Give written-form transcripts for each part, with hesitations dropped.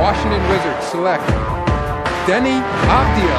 Washington Wizards select Deni Avdija.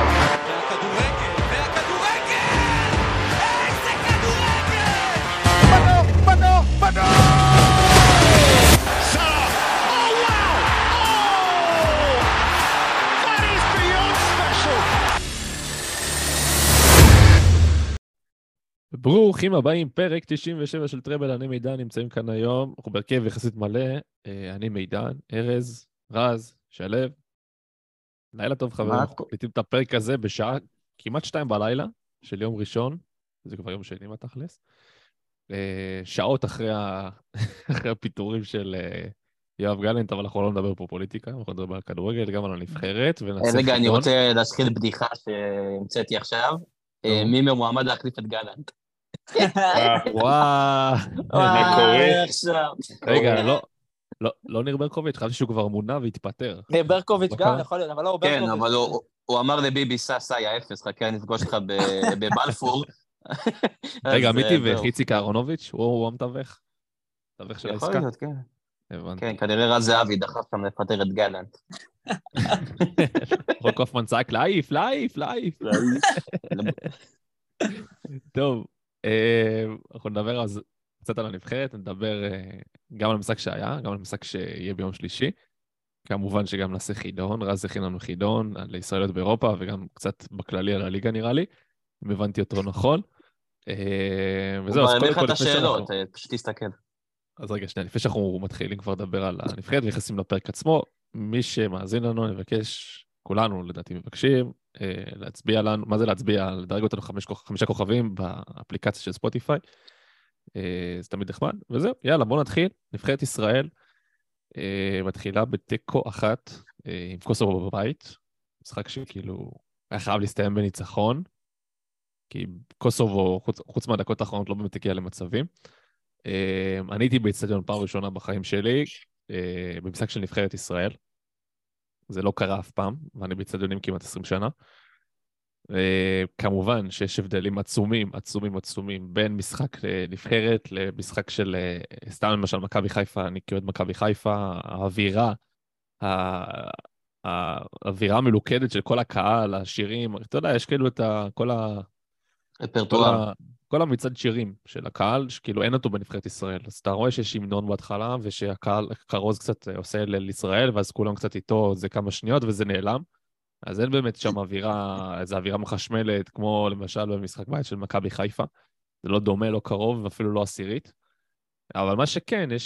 ברוכים הבאים, פרק 97 של טראבל, אני מידן, נמצאים כאן היום, אנחנו בהרכב יחסית מלא, אני מידן, ארז, רז, שלו, לילה טוב חברים, אנחנו קליטים את הפרק הזה בשעה כמעט 2 בלילה של יום ראשון, זה כבר יום שני בתכלס, שעות אחרי הפיטורים של יואב גלנט, אבל אנחנו לא נדבר פה פוליטיקה, אנחנו נדבר על כדורגל, גם על הנבחרת, ונעשה רגע, אני רוצה להזכיר בדיחה שהמצאתי עכשיו, מימר מועמד להחליף את גלנט. וואו, רגע, לא ניר ברקוביץ', חשבתי שהוא כבר מונה והתפטר. ניר ברקוביץ' גם יכול להיות, אבל לא ברקוביץ'. כן, אבל הוא אמר לביבי סאי אפס, חכה, אני אפגוש לך בבלפור. רגע, מיטי וחיציק אהרונוביץ', הוא המתווך? מתווך של העסקה? יכול להיות, כן. כן, כנראה רז זהבי דחף שם לפטר את גלנט. רון קופמן צעק, להעיף. טוב, אנחנו נדבר אז קצת על הנבחרת, נדבר גם על המשחק שהיה, גם על המשחק שיהיה ביום שלישי. כמובן שגם נעשה חידון, רז הכין לנו חידון על ישראליות באירופה, וגם קצת בכללי על הליגה נראה לי, אם הבנתי אותו נכון. וזהו, אז קודם כל... את השאלות, פשוט תסתכל. אז רגע, שנייה, לפני שאנחנו מתחילים כבר לדבר על הנבחרת, ונכנסים לפרק עצמו, מי שמאזין לנו, נבקש, כולנו לדעתי מבקשים, להצביע לנו, מה זה להצביע? לדרג אותנו 5 כוכבים באפליקציה של ספוטיפיי, זה תמיד נחמד, וזהו, יאללה, בואו נתחיל. נבחרת ישראל מתחילה בתיקו 1 עם קוסובו בבית, משחק שכאילו היה חייב להסתיים בניצחון, כי קוסובו, חוץ מהדקות האחרונות, לא באמת הגיע למצבים. אני הייתי באצטדיון פעם ראשונה בחיים שלי, במשחק של נבחרת ישראל, זה לא קרה אף פעם, ואני באצטדיונים כמעט 20 שנה. כמובן שיש הבדלים עצומים בין משחק נבחרת למשחק של, סתם למשל מכבי חיפה, אני כאוהד מכבי חיפה, האווירה המלוכדת של כל הקהל, השירים, אתה יודע, יש כאילו את כל המצעד שירים של הקהל, שכאילו אין אותו בנבחרת ישראל. אז אתה רואה שיש המנון בהתחלה, ושהקהל כרוז קצת עושה לישראל, ואז כולם קצת איתו, זה כמה שניות, וזה נעלם. אז אין באמת שם איזו אווירה מחשמלת, כמו למשל במשחק בית של מכבי חיפה. זה לא דומה, לא קרוב, ואפילו לא עשירית. אבל מה שכן, יש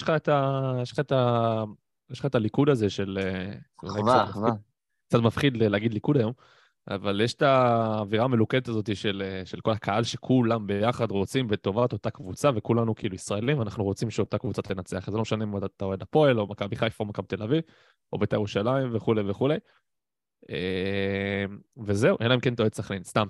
לך את הליכוד הזה של... אחווה. קצת מפחיד להגיד ליכוד היום, אבל יש את האווירה המלוכדת הזאת של כל הקהל שכולם ביחד רוצים בטובת אותה קבוצה, וכולנו כאילו ישראלים, אנחנו רוצים שאותה קבוצה תנצח. אז לא משנה אם אתה אוהד הפועל, או מכבי חיפה, או מכבי תל אביב, או בית"ר ירושלים, וכו'. וזהו, אלא אם כן אתה אוהד סכנין, סתם.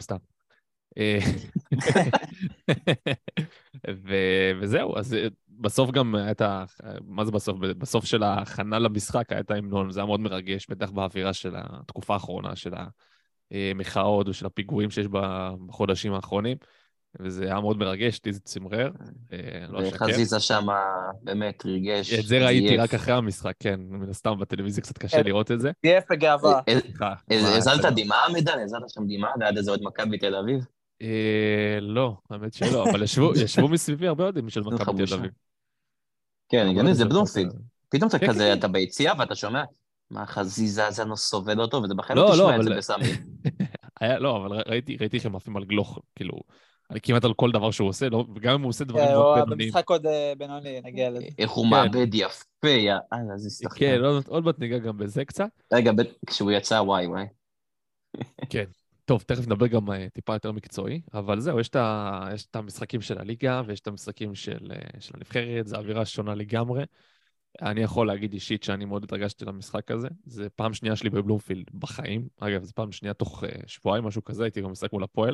וזהו, אז בסוף גם הייתה, מה זה בסוף? בסוף של ההכנה למשחק הייתה המנון, זה היה מאוד מרגש, בטח באווירה של התקופה האחרונה, של המחאות ושל הפיגועים שיש בחודשים האחרונים, וזה היה מאוד מרגש, זה צמרר. וחזיזה שם באמת ריגש. את זה ראיתי רק אחרי המשחק, כן, מן הסתם בטלוויזיה קצת קשה לראות את זה. תהיה בגאווה. הזלת דמעה מידן? הזלת שם דמעה? ליד איזה עוד מכבי תל אביב? לא, האמת שלא, אבל ישבו מסביבי הרבה אוהדים של מכבי תל אביב. כן, הגיוני, זה בלומפילד. פתאום אתה כזה, אתה ביציאה ואתה שומע, מה חזיזה, זה סובל אותו, וזה בכלל לא תשמע את זה בסמי. לא, אבל ראיתי שהם עפים על גלוך, כאילו, כמעט על כל דבר שהוא עושה, וגם אם הוא עושה דברים מאוד בינוניים. במשחק עוד בינוני, נגיע לזה. איך הוא מאבד יפה, אז הסתכלת. כן, עוד מעט ניגע גם בזה קצת. רגע, כשהוא יצא, וואי. כן. טוב, תכף נדבר גם טיפה יותר מקצועי, אבל זהו, יש את המשחקים של הליגה, ויש את המשחקים של הנבחרת, זו אווירה שונה לגמרי. אני יכול להגיד אישית שאני מאוד התרגשתי למשחק הזה, זה פעם שנייה שלי בבלומפילד בחיים, אגב, זה פעם שנייה תוך שבועיים, משהו כזה, הייתי גם משחק מול הפועל,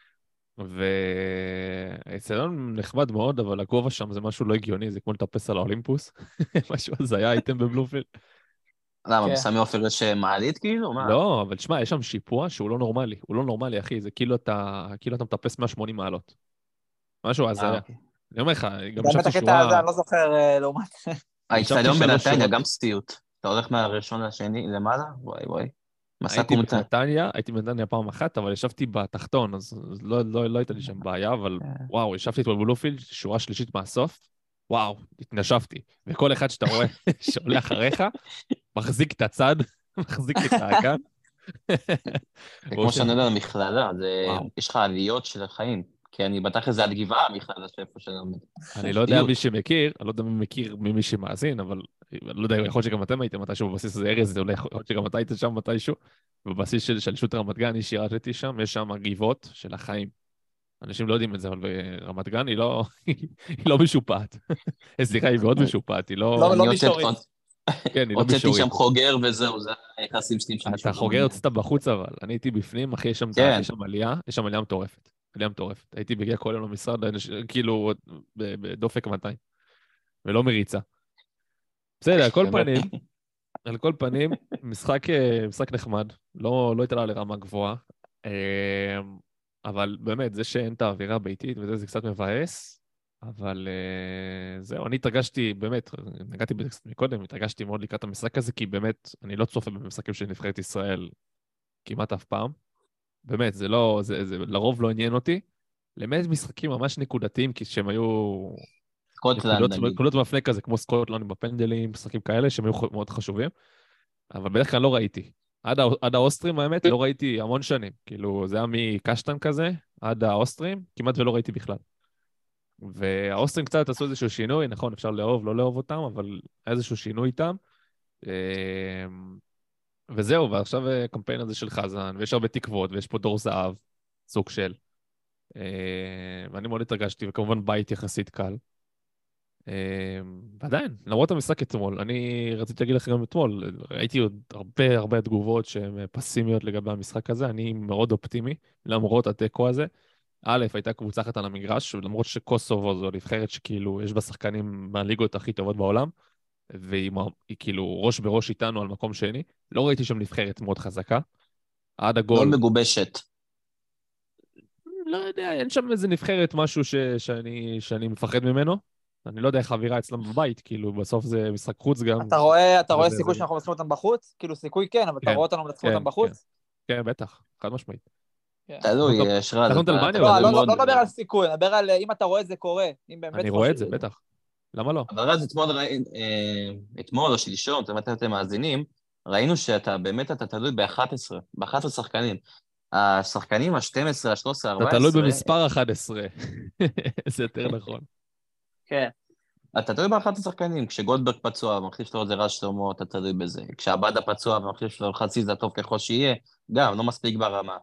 והאצטדיון נחמד מאוד, אבל הגובה שם זה משהו לא הגיוני, זה כמו לטפס על האולימפוס, משהו אז היה הייתם בבלומפילד. למה, בסמי עופר יש מעלית כאילו? לא, אבל תשמע, יש שם שיפוע שהוא לא נורמלי, הוא לא נורמלי, אחי, זה כאילו אתה מטפס 180 מעלות. משהו, אז היה. אני אומר לך, גם באמת הקטע הזה, אני לא זוכר לעומת. האצטדיון בנתניה גם סטיות. אתה הולך מהראשון לשני למעלה? וואי וואי. מסע הייתי קומטה. בנתניה, הייתי בנתניה פעם אחת, אבל ישבתי בתחתון, אז לא הייתה לי שם בעיה, אבל וואו, ישבתי את בבלומפילד, שורה שלישית מהסוף, וואו, התנשפתי. וכל אחד שאתה רואה שעולה אחריך, מחזיק את הצד, מחזיק את האגן. זה כמו שאני יודע למכללה, וואו. יש לך עליות של החיים. כי אני בתכל'ס זה על גבעה, המכללה שאיפה שאני לומד. אני לא יודע מי שמכיר, אני לא יודע מי מכיר ממי שמאזין, אבל אני לא יודע, יכול להיות שגם אתם הייתם מתישהו בבסיס הזה, ארז, זה אולי יכול להיות שגם אתה היית שם מתישהו, בבסיס של שלישות רמת גן, אני שירתתי שם, יש שם גבעות של החיים. אנשים לא יודעים את זה, אבל ברמת גן היא לא משופעת. סליחה, היא מאוד משופעת, היא לא... לא מישורית. כן, היא לא הוצאתי מישורית. שם חוגר וזהו, זה היחסים שלי. אתה חוגר יוצאת בחוץ, אבל אני הייתי בפנים, אחי, יש שם עלייה, יש שם עלייה מטורפת. עלייה מטורפת. הייתי מגיע כל יום למשרד, כאילו, בדופק 200, ולא מריצה. בסדר, על כל פנים, משחק נחמד, לא התעלה לרמה גבוהה, אבל באמת, זה שאין את האווירה הביתית, וזה זה קצת מבאס, אבל זהו, אני התרגשתי, באמת, נגעתי בזה קצת מקודם, התרגשתי מאוד לקראת המשחק הזה, כי באמת, אני לא צופה במשחקים של נבחרת ישראל כמעט אף פעם. באמת, זה לרוב לא עניין אותי. למעט משחקים ממש נקודתיים, כי שהם היו... נקודות מפנה כזה, כמו סקוטלנד בפנדלים, משחקים כאלה, שהם היו מאוד חשובים. אבל בדרך כלל לא ראיתי. עד האוסטרים, האמת, לא ראיתי המון שנים. כאילו, זה היה מקשטן כזה, עד האוסטרים, כמעט ולא ראיתי בכלל. והאוסטרים קצת עשו איזשהו שינוי, נכון, אפשר לאהוב, לא לאהוב אותם, אבל היה איזשהו שינוי איתם. וזהו, ועכשיו קמפיין הזה של חזן, ויש הרבה תקוות, ויש פה דור זהב, סוג של. ואני מאוד התרגשתי, וכמובן בית יחסית קל. ועדיין, למרות המשחק אתמול, אני רציתי להגיד לך גם אתמול, ראיתי עוד הרבה תגובות שהן פסימיות לגבי המשחק הזה, אני מאוד אופטימי, למרות התיקו הזה. א', הייתה קבוצה אחת על המגרש, למרות שקוסובו זו נבחרת שכאילו יש בה שחקנים מהליגות הכי טובות בעולם, והיא כאילו ראש בראש איתנו על מקום שני, לא ראיתי שם נבחרת מאוד חזקה. עד הגול... לא מגובשת. לא יודע, אין שם איזה נבחרת, משהו שאני מפחד ממנו. אני לא יודע איך האווירה אצלם בבית, כאילו בסוף זה משחק חוץ גם. אתה רואה סיכוי שאנחנו מנצחים אותם בחוץ? כאילו סיכוי כן, אבל אתה רואה אותנו מנצחים אותם בחוץ? כן, בטח, חד משמעית. תלוי, יש רע. לא מדבר על סיכוי, נדבר על אם אתה רואה את זה קורה. אני רואה את זה, בטח. למה לא? אבל אז אתמול או שלשום, אתם מאזינים, ראינו שאתה באמת, אתה תלוי ב-11 שחקנים. השחקנים ה-12, ה-13, ה-14... אתה תלוי במספר 11. זה יותר נכון. כן. אתה תלוי ב-11 שחקנים. כשגולדברג פצוע ומחליף שלו זה רז שלמה, אתה תלוי בזה. כשעבדה פצוע ומחליף שלו חצי זה טוב ככל שיהיה, גם לא מספיק ברמה.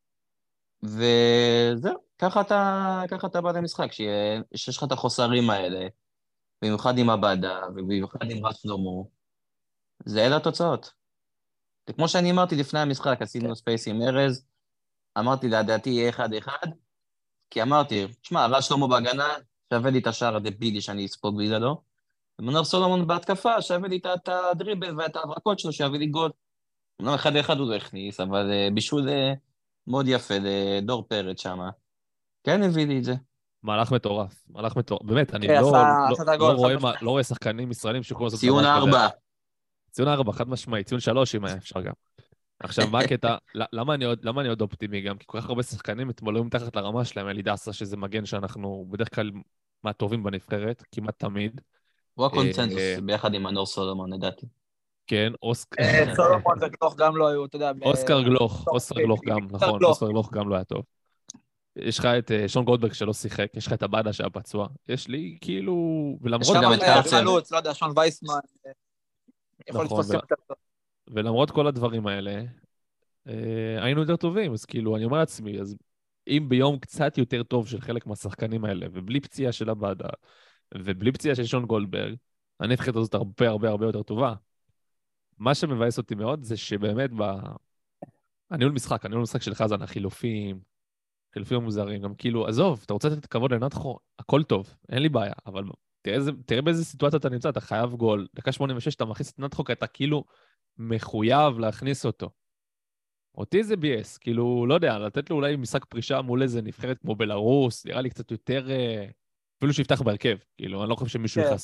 וזהו, ככה אתה בא למשחק, שיש לך את החוסרים האלה, במיוחד עם עבדה, ובמיוחד עם רז שלמה, זה אלה התוצאות. וכמו שאני אמרתי לפני המשחק, עשינו ספייס עם ארז, אמרתי לדעתי יהיה 1-1, כי אמרתי, תשמע, רז שלמה בהגנה, שווה לי את השער הדבילי שאני אספוג בגללו, ומנור סולומון בהתקפה, שווה לי את הדריבל ואת ההברקות שלו, שיביא לי גול. אמנם 1-1 הוא לא הכניס, אבל בישול מאוד יפה לדור פרץ שם. כן הביא לי את זה. מהלך מטורף, באמת, אני לא רואה שחקנים ישראלים שיכולו לעשות ציון 4. ציון 4, חד משמעי, ציון 3 אם היה אפשר גם. עכשיו, מה הקטע? למה אני עוד אופטימי גם? כי כל כך הרבה שחקנים אתמול היו מתחת לרמה שלהם, אלי דסה, שזה מגן שאנחנו בדרך כלל מהטובים בנבחרת, כמעט תמיד. הוא הקונצנזוס, ביחד עם מנור סולומון, לדעתי. כן, סולומון וגלוך גם לא היו, אתה יודע... אוסקר גלוך גם, נכון, אוסקר גלוך גם לא היה טוב. יש לך את שון גולדברג שלא שיחק, יש לך את הבאדה שהיה פצוע, יש לי כאילו... יש גם את קרצר. לא יודע, שון וייסמן, יכול לתפוס יותר טוב. ולמרות כל הדברים האלה, היינו יותר טובים, אז כאילו, אני אומר לעצמי, אז אם ביום קצת יותר טוב של חלק מהשחקנים האלה, ובלי פציעה של הבאדה, ובלי פציעה של שון גולדברג, הנבחרת הזאת הרבה יותר טובה. מה שמבאס אותי מאוד זה שבאמת הניהול משחק של חזן, החילופים המוזרים, גם כאילו, עזוב, אתה רוצה לתת כבוד לנתחו, הכל טוב, אין לי בעיה, אבל תראה באיזה סיטואציה אתה נמצא, אתה חייב גול, דקה 86, אתה מכניס את נתחו, כי אתה כאילו מחויב להכניס אותו. אותי זה BS, כאילו, לא יודע, לתת לו אולי משחק פרישה מול איזה נבחרת כמו בלרוס, נראה לי קצת יותר, אפילו שיפתח בהרכב, כאילו, אני לא חושב שמישהו יכנס על זה.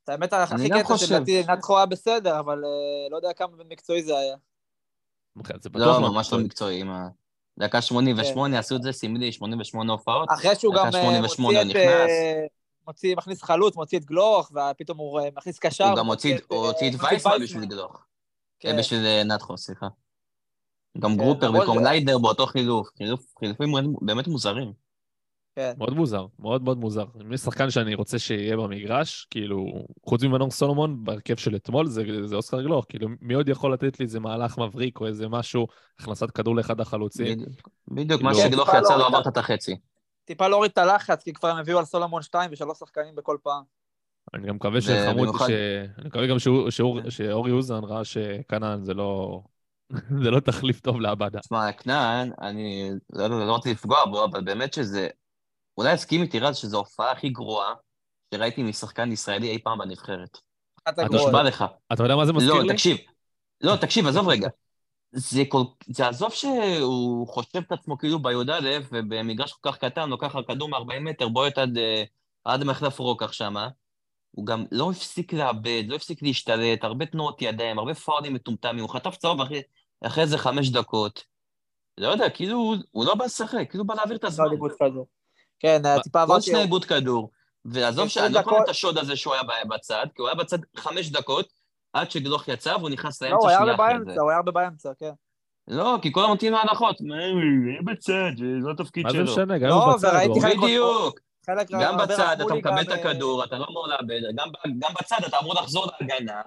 האמת, הכי אני גם קטע חושב. שלדעתי עינת חו היה בסדר, אבל לא יודע כמה מקצועי זה היה. זה בטוח לא, לא ממש לא מקצועי. מקצועי. דקה 88, עשו את זה, שימי לי 88 הופעות. אחרי שהוא גם דקה 88 הוא מוציא נכנס. מכניס חלוץ, מוציא את גלוך, ופתאום הוא מכניס קשר, הוא גם הוציא את וייסמן בשביל גלוך. בשביל נתחו, סליחה. גם גרופר במקום ליידר באותו חילופים באמת מוזרים. מאוד מוזר, מאוד מאוד מוזר. אם יש שחקן שאני רוצה שיהיה במגרש, כאילו, חוץ ממנור סולומון, בהרכב של אתמול, זה אוסקר גלוך. כאילו, מי עוד יכול לתת לי איזה מהלך מבריק, או איזה משהו, הכנסת כדור לאחד החלוצים? בדיוק, מה שגלוך יצא לא עברת את החצי. טיפה להוריד את הלחץ, כי כבר הם הביאו על סולומון 2 ו3 שחקנים בכל פעם. אני גם מקווה שחמוד, אני מקווה גם שאורי אוזן ראה שקנן זה לא תחליף טוב לעבדה. תשמע, קנן, אני לא רוצה לפגוע בו, אבל באמת שזה, אולי הסכים איתי רז שזו ההופעה הכי גרועה שראיתי משחקן ישראלי אי פעם בנבחרת. נשבע לך. אתה יודע מה זה מזכיר לי? תקשיב, עזוב רגע. זה עזוב שהוא חושב את עצמו כאילו בי"א, ובמגרש כל כך קטן, לוקח הכדור מ-40 מטר, בועט עד מחלף רוקח שמה. הוא גם לא הפסיק לאבד, לא הפסיק להשתלט, הרבה תנועות ידיים, הרבה פאולים מטומטמים, הוא חטף צהוב אחרי איזה 5 דקות. לא יודע, כאילו, הוא לא בא לשחק, כאילו בא להעביר את הזמן. כן, טיפה עברתי... עוד שני איבוד כדור, ועזוב שאני לא יכול את השוד הזה שהוא היה בצד, כי הוא היה בצד 5 דקות, עד שגלוך יצא, והוא נכנס לאמצע שנייה אחרי זה. הוא היה הרבה באמצע, כן. לא, כי כל המתאים להנחות, יהיה בצד, זה לא תפקיד שלו. מה זה משנה, גם הוא בצד. בדיוק. גם בצד אתה מקבל את הכדור, אתה לא אמור לאבד, גם בצד אתה אמור לחזור להגנה,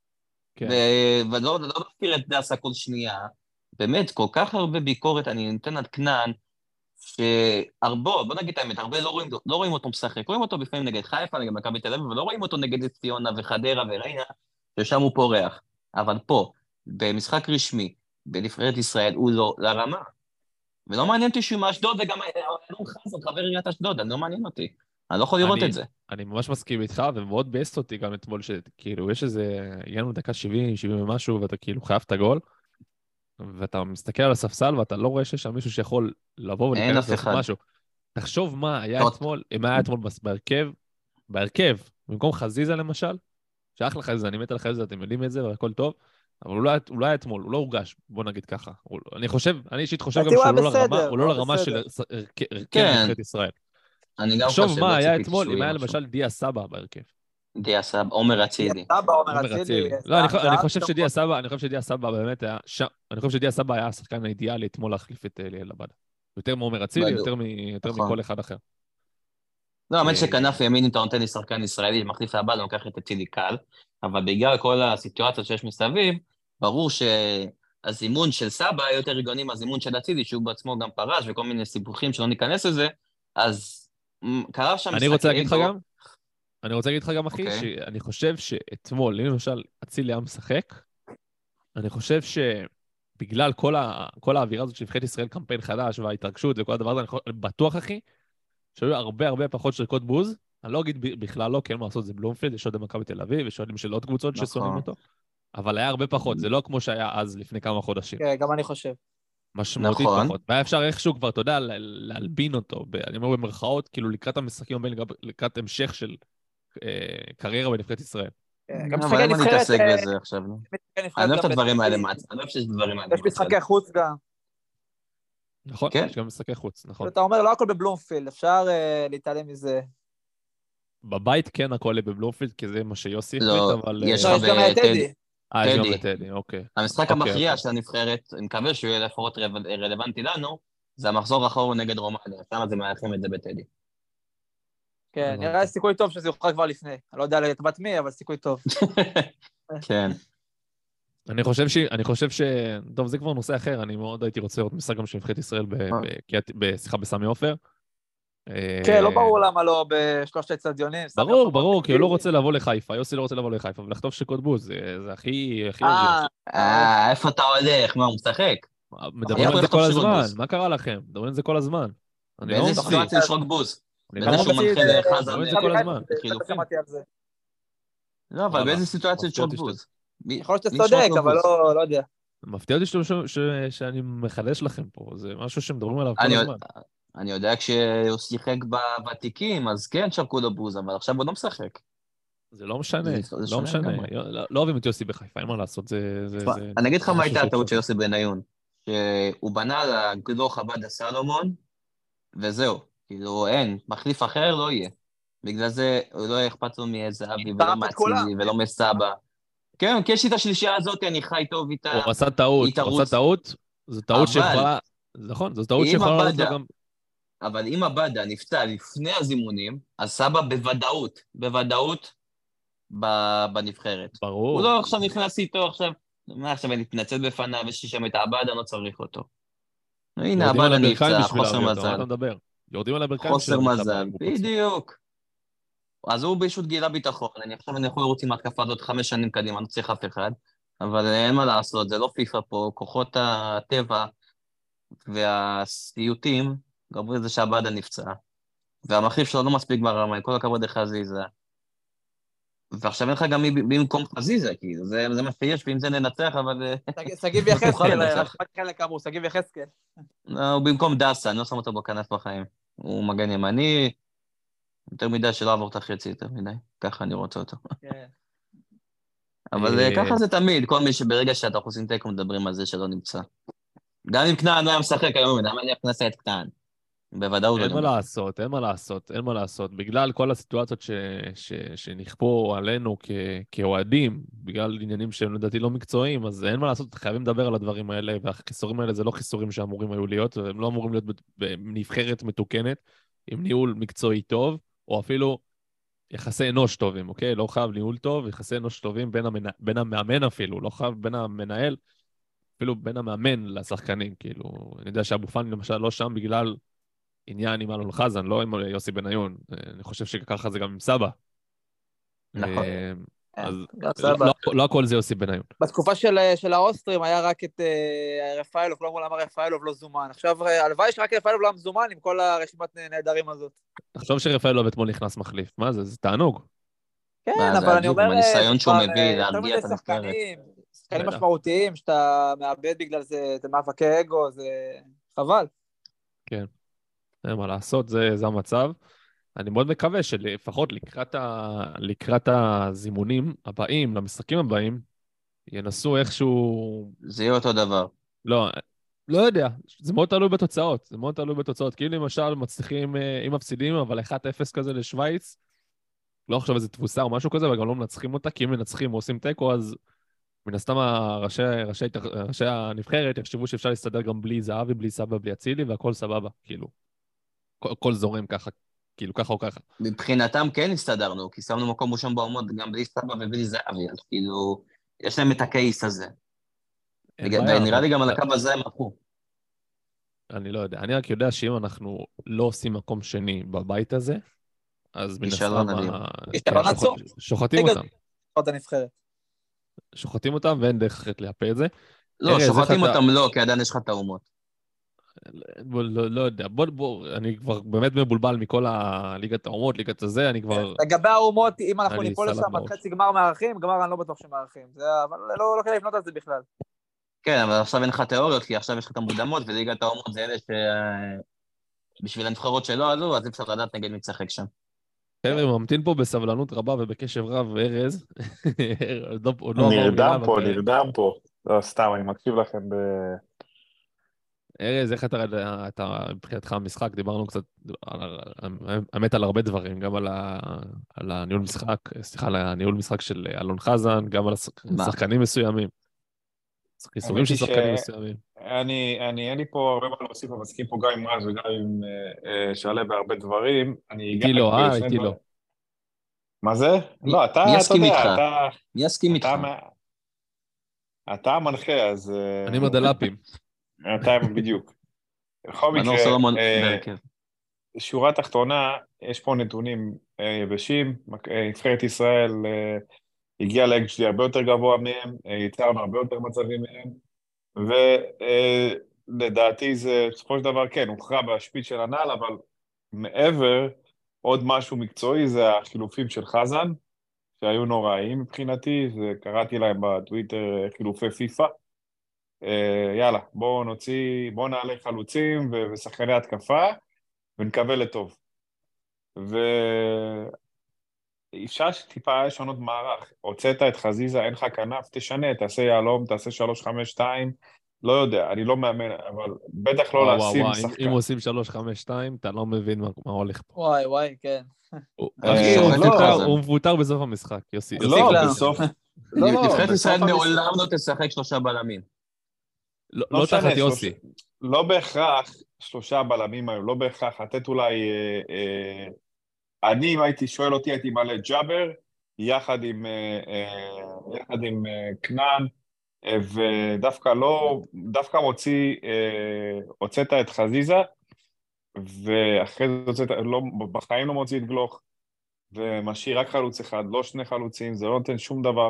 ולא להפקיר את דסה כל שנייה. באמת, כל כך הרבה ביקורת, אני נותן עד קנן, בוא נגיד האמת, הרבה לא רואים אותו משחק, רואים אותו בפעמים נגד חיפה, נגד מכבי תל אביב, ולא רואים אותו נגד ציונה וחדרה וריינה, ששם הוא פורח. אבל פה, במשחק רשמי, בנבחרת ישראל, הוא לא לרמה. ולא מעניין אותי שהוא מאשדוד, וגם אלון חזן, חבר עיריית אשדוד, אני לא מעניין אותי. אני לא יכול לראות את זה. אני ממש מסכים איתך, ומאוד בייסט אותי גם אתמול, שכאילו יש איזה, הגענו דקה 70, 70 ומשהו, ואתה כאילו חייב את הגול, ואתה מסתכל על הספסל, ואתה לא רואה שיש שם מישהו שיכול לבוא ולהיכנס לעשות משהו. תחשוב מה היה אתמול, אם היה אתמול בהרכב, במקום חזיזה למשל, שאחלה חזיזה, אני מת על חזיזה, אתם יודעים את זה, והכל טוב, אבל הוא לא היה אתמול, הוא לא הורגש, בוא נגיד ככה. אני אישית חושב גם שהוא לא לרמה של נבחרת ישראל. תחשוב מה היה אתמול, אם היה למשל דיה סבא בהרכב. דיה סבא, עומר אצילי. לא, אני חושב שדיה סבא באמת היה, אני חושב שדיה סבא היה השחקן האידיאלי אתמול להחליף את ליאל עבדה. יותר מעומר אצילי, יותר מכל אחד אחר. לא, האמת שכנף ימין, אם אתה נותן לי שחקן ישראלי מחליף לעבדה, אני לוקח את אצילי קל, אבל בגלל כל הסיטואציות שיש מסביב, ברור שהזימון של סבא היה יותר רגעוני מהזימון של אצילי, שהוא בעצמו גם פרש וכל מיני סיבוכים שלא ניכנס לזה, אז קרה שם משחק... אני רוצה להגיד לך גם, אחי, שאני חושב שאתמול, אם למשל אצילי היה משחק, אני חושב שבגלל כל האווירה הזאת של נבחרת ישראל, קמפיין חדש וההתרגשות וכל הדבר הזה, אני בטוח, אחי, שהיו הרבה פחות שריקות בוז, אני לא אגיד בכלל לא, כי אין מה לעשות, זה בלומפילד, יש עוד מכבי תל אביב, יש עוד של עוד קבוצות ששונאים אותו, אבל היה הרבה פחות, זה לא כמו שהיה אז לפני כמה חודשים. כן, גם אני חושב. משמעותית פחות. והיה אפשר איכשהו כבר, אתה יודע, להלבין אותו, אני אומר במרכאות, כאילו לקראת המשחקים הבאים, לקראת המשך של קריירה בנבחרת ישראל. גם משחקי נבחרת... אני מתעסק בזה עכשיו, לא? אני אוהב את הדברים האלה, אני אוהב שיש דברים האלה. יש משחקי חוץ גם. נכון, יש גם משחקי חוץ, נכון. אתה אומר, לא הכל בבלומפילד, אפשר להתעלם מזה. בבית כן הכל בבלומפילד, כי זה מה שיוסי החליט, אבל... יש גם טדי. יש גם טדי, אוקיי. המשחק המכריע של הנבחרת, אני מקווה שהוא יהיה לפחות רלוונטי לנו, זה המחזור האחרון נגד רומניה, שם זה מארחים את זה בטדי. כן, נראה סיכוי טוב שזה יוכל כבר לפני. אני לא יודע לטובת מי, אבל סיכוי טוב. כן. אני חושב טוב, זה כבר נושא אחר, אני מאוד הייתי רוצה לראות משחק גם של נבחרת ישראל בשיחה בסמי עופר. כן, לא ברור למה לא בשלושת האצטדיונים. ברור, כי הוא לא רוצה לבוא לחיפה, יוסי לא רוצה לבוא לחיפה, ולכתוב שקוד בוז, זה הכי... איפה אתה הולך? מה, הוא משחק? מדברים על זה כל הזמן, מה קרה לכם? מדברים על זה כל הזמן. באיזה סיטואציה יש רק בוז? בזה שהוא מנחה לחזן... מדברים על זה כל הזמן. לא, אבל באיזה סיטואציה יש רק בוז? יכול להיות שאתה צודק, אבל לא יודע. מפתיע אותי שאני מחדש לכם פה, זה משהו שמדברים עליו כל הזמן. אני יודע כשהוא שיחק בוותיקים, אז כן שרקו לו בוז, אבל עכשיו הוא לא משחק. זה לא משנה, זה לא שונה משנה. לגמרי. לא אוהבים את יוסי בחיפה, אין מה לעשות, תשמע, אני אגיד לך מה משהו הייתה הטעות שאפשר. של יוסי בניון, שהוא בנה על הגלוך עבדה סלומון, וזהו, כאילו אין, מחליף אחר לא יהיה. בגלל זה הוא לא אכפת לו מזהבי ולא שרף את כולם. מאצילי ולא מסבא. כן, כי יש לי את השלישייה הזאת, אני חי טוב איתה, הוא עשה היא טעות, תרוץ. זו טעות אבל שיכולה, נכון, זו טעות אם שיכולה לעלות לו עבדה, גם, אבל אם עבדה נפצע לפני הזימונים, אז סבא בוודאות בנבחרת. הוא ברור. לא עכשיו נכנס איתו, מה עכשיו אני אתנצל בפניו, יש לי שם את עבדה, אני לא צריך אותו. הנה, יורדים על עבדה הברכיים נפצע, בשביל חוסר להביא אותו, מה מזל. אתה מדבר? יורדים על הברכיים בשביל חוסר להביא את מזל, הבאים, הוא פצוע. בדיוק. אז הוא פשוט גילה ביטחון, עכשיו אני יכול לרוץ עם ההתקפה הזאת 5 שנים קדימה, אני לא צריך אף אחד, אבל אין מה לעשות, זה לא פיפא פה, כוחות הטבע והסיוטים גרמו לזה שעבדה נפצע, והמחליף שלו לא מספיק ברמה, עם כל הכבוד לחזיזה, ועכשיו אין לך גם מי במקום חזיזה, כאילו, זה מה שיש, ועם זה ננצח, אבל שגיב לא תוכל יחזקאל, לנצח. רק חלק אמרו, שגיב יחזקאל. הוא במקום דסה, אני לא שם אותו בכנף בחיים. הוא מגן ימני, יותר מדי שלא עבור את החצי יותר מדי, ככה אני רוצה אותו. כן. אבל ככה זה תמיד, כל מי שברגע שאתה עושים תיקו מדברים על זה שלא נמצא. גם אם כנען לא היה משחק היום, למה אני אכנס את כנען? בוודאות אין אני מה אומר. לעשות, אין מה לעשות. בגלל כל הסיטואציות שנכפו עלינו כאוהדים, בגלל עניינים שהם לדעתי לא מקצועיים, אז אין מה לעשות, חייבים לדבר על הדברים האלה, והחיסורים האלה זה לא חיסורים שאמורים היו להיות, הם לא אמורים להיות בנבחרת מתוקנת, עם ניהול מקצועי טוב, או אפילו יחסי אנוש טובים, אוקיי? לא חייב ניהול טוב, יחסי אנוש טובים בין המאמן אפילו, לא חייב בין המנהל, אפילו בין המאמן לשחקנים, כאילו, אני יודע שאבו פאני למשל לא שם בגלל עניין עם אלון חזן, לא עם יוסי בניון. אני חושב שככה זה גם עם סבא. נכון. אז גם סבא. לא הכל זה יוסי בניון. בתקופה של האוסטרים היה רק את רפאלוב, לא אמרו למה רפאלוב לא זומן. עכשיו, הלוואי שרק רפאלוב לא מזומן עם כל הרשימת נהדרים הזאת. תחשוב שרפאלוב אתמול נכנס מחליף. מה זה? זה תענוג. כן, זה אבל אני עדיוק, עם אומר, זה הניסיון שהוא כבר מביא יותר להרגיע מדי את הנבחרת. שחקנים בטח. משמעותיים, שאתה מאבד בגלל זה, זה מאבקי אגו, זה חבל. כן. אין מה לעשות, זה המצב. אני מאוד מקווה שלפחות לקראת הזימונים הבאים, למשחקים הבאים, ינסו איכשהו... זה יהיה אותו דבר. לא יודע, זה מאוד תלוי בתוצאות, זה מאוד תלוי בתוצאות. כאילו למשל מצליחים, אם מפסידים, אבל 1-0 כזה לשוויץ, לא חושב איזה תבוסה או משהו כזה, אבל גם לא מנצחים אותה, כי אם מנצחים או עושים תיקו, אז מן הסתם ראשי הנבחרת יחשבו שאפשר להסתדר גם בלי זהבי, בלי סבא, בלי אצילי, והכל סבבה, כאילו. הכל זורם ככה, כאילו ככה או ככה. מבחינתם כן הסתדרנו, כי שמנו מקום ראשון באומות גם בלי סבא ובלי זהבי, אז כאילו, יש להם את הקייס הזה. אין בעיה, ונראה אבל לי גם על הקו הזה הם הלכו. אני לא יודע. אני רק יודע שאם אנחנו לא עושים מקום שני בבית הזה, אז מן כישלון הסתם אדיר. כישלון עצום. שוחטים רגע, אותם. עוד הנבחרת. שוחטים אותם ואין דרך אחרת לייפה את זה. לא, ארז, איך שוחטים אתה- אותם לא, כי עדיין יש לך את האומות. לא יודע, אני כבר באמת מבולבל מכל הליגת האומות, ליגת הזה, אני כבר... לגבי האומות, אם אנחנו אני ניפול סלט לשם עד בראש. חצי גמר מארחים, גמר אני לא בטוח שמארחים. אבל לא כדאי לבנות על זה בכלל. כן, אבל עכשיו אין לך תיאוריות, כי עכשיו יש לך את המוקדמות, וליגת האומות זה אלה שבשביל הנבחרות שלא עלו, אז אי אפשר לדעת נגד מי תשחק שם. חבר'ה, ממתין פה בסבלנות רבה ובקשב רב, ארז. עוד לא עבר מילה בפרק. נרדם פה. לא, סתם, אני מקשיב לכם ארז, איך אתה מבחינתך המשחק? דיברנו קצת, האמת על הרבה דברים, גם על הניהול משחק, סליחה, על הניהול משחק של אלון חזן, גם על שחקנים מסוימים. חיסורים של שחקנים מסוימים. אין לי פה הרבה מה להוסיף, אבל מסכים פה גם עם רז וגם עם שעלה בהרבה דברים. איתי לא, איתי לא. מה זה? לא, אתה יסכים יודע, איתך. אתה... יסכים איתך. אתה המנחה, אז... אני מדלפים. אתה בדיוק. בכל מנור מקרה, סולומון בהרכב. שורה תחתונה, יש פה נתונים יבשים, נבחרת ישראל הגיעה ל-XG הרבה יותר גבוה מהם, ייצרנו הרבה יותר מצבים מהם, ולדעתי זה בסופו של דבר כן, הוכרע בשפיץ של הנעל, אבל מעבר, עוד משהו מקצועי זה החילופים של חזן, שהיו נוראים מבחינתי, קראתי להם בטוויטר חילופי פיפה, יאללה, בואו נעלה חלוצים ושחקני התקפה, ונקווה לטוב. אפשר שטיפה לשנות מערך. הוצאת את חזיזה, אין לך כנף, תשנה, תעשה יהלום, תעשה 3-5-2, לא יודע, אני לא מאמן, אבל בטח לא וואו, לשים וואו, שחקן. אם עושים 3-5-2 אתה לא מבין מה הולך פה. וואי, כן. אחי, שוחק את חזן. הוא מבוטר בסוף המשחק, יוסי. לא, לנו. בסוף... לא, נבחרת ישראל בסוף המשחק... מעולם לא תשחק 3 בלמים. לא משנה, תחת יוסי. לא בהכרח 3 בלמים היו, לא בהכרח, לתת אולי... אני, אם הייתי שואל אותי, הייתי מעלה ג'אבר, יחד עם כנען, ודווקא לא, דווקא הוצאת את חזיזה, ואחרי זה הוצאת, בחיים לא מוציא את גלוך, ומשאיר רק חלוץ אחד, לא 2 חלוצים, זה לא נותן שום דבר,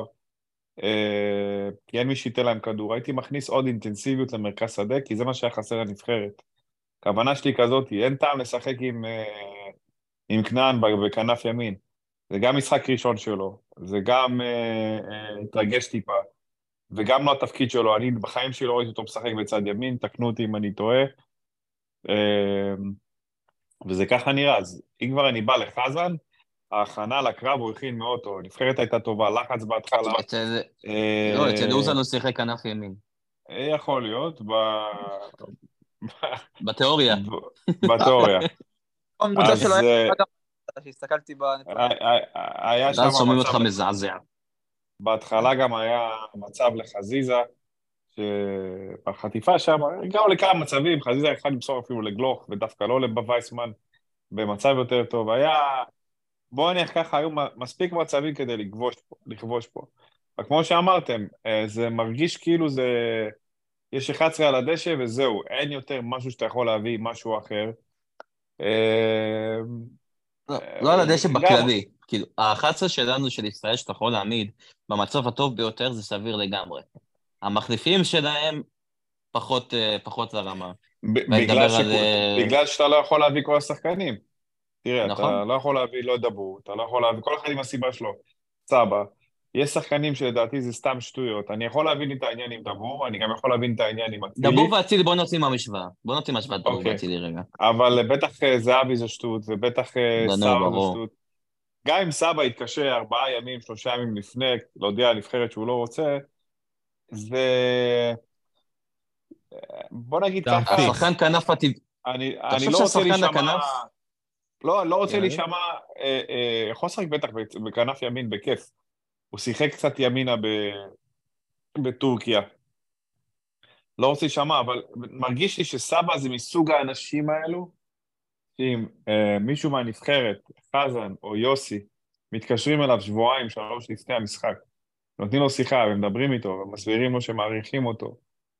כי אין מי שייתן להם כדור. הייתי מכניס עוד אינטנסיביות למרכז שדה, כי זה מה שהיה חסר לנבחרת. הכוונה שלי כזאת, אין טעם לשחק עם כנען בכנף ימין. זה גם משחק ראשון שלו, זה גם התרגש טיפה, וגם לא התפקיד שלו. אני בחיים שלי לא ראיתי אותו משחק בצד ימין, תקנו אותי אם אני טועה, וזה ככה נראה. אז אם כבר אני בא לחזן, ההכנה לקרב הוא הכין מאוד טוב, נבחרת הייתה טובה, לחץ בהתחלה. לא, אצל אוזן הוא שיחק כנף ימין. יכול להיות, בתיאוריה. בתיאוריה. הממוצע שלו היה גם... שהסתכלתי בנתונים. היה שם ואז שומעים אותך מצב... מזעזע. בהתחלה גם היה מצב לחזיזה, שבחטיפה שם, גם לכמה מצבים, חזיזה יכול למסור אפילו לגלוך, ודווקא לא לבווייסמן, במצב יותר טוב. היה, בואו נניח ככה, היו מספיק מצבים כדי לכבוש פה. וכמו שאמרתם, זה מרגיש כאילו זה, יש 11 על הדשא וזהו, אין יותר משהו שאתה יכול להביא, משהו אחר. לא על הדשא בכללי. כאילו, ה-11 שלנו של ישראל שאתה יכול להעמיד במצב הטוב ביותר זה סביר לגמרי. המחליפים שלהם פחות לרמה. בגלל שאתה לא יכול להביא כל השחקנים. תראה, נכון? אתה לא יכול להביא, לא ידברו, אתה לא יכול להביא, כל אחד עם הסיבה שלו. סבא, יש שחקנים שלדעתי זה סתם שטויות. אני יכול להבין את העניין עם דבור, אני גם יכול להבין את העניין עם אצילי. דבור ואצילי, בוא נוציא מהמשוואה. בוא נוציא מהמשוואה דבור ואצילי רגע. אבל בטח זהבי זה שטות, ובטח סבא זה שטות. גם אם סבא יתקשר 4 ימים, 3 ימים לפני, להודיע לנבחרת שהוא לא רוצה, זה... בוא נגיד ככה. השחקן כנף הטבעי. אני לא רוצה להישמע... לא רוצה להישמע... יכול לשחק בטח בכנף ימין בכיף. הוא שיחק קצת ימינה בטורקיה. לא רוצה להישמע, אבל מרגיש לי שסבא זה מסוג האנשים האלו, שאם מישהו מהנבחרת, חזן או יוסי, מתקשרים אליו 2-3 לפני המשחק, נותנים לו שיחה ומדברים איתו ומסבירים לו שמעריכים אותו,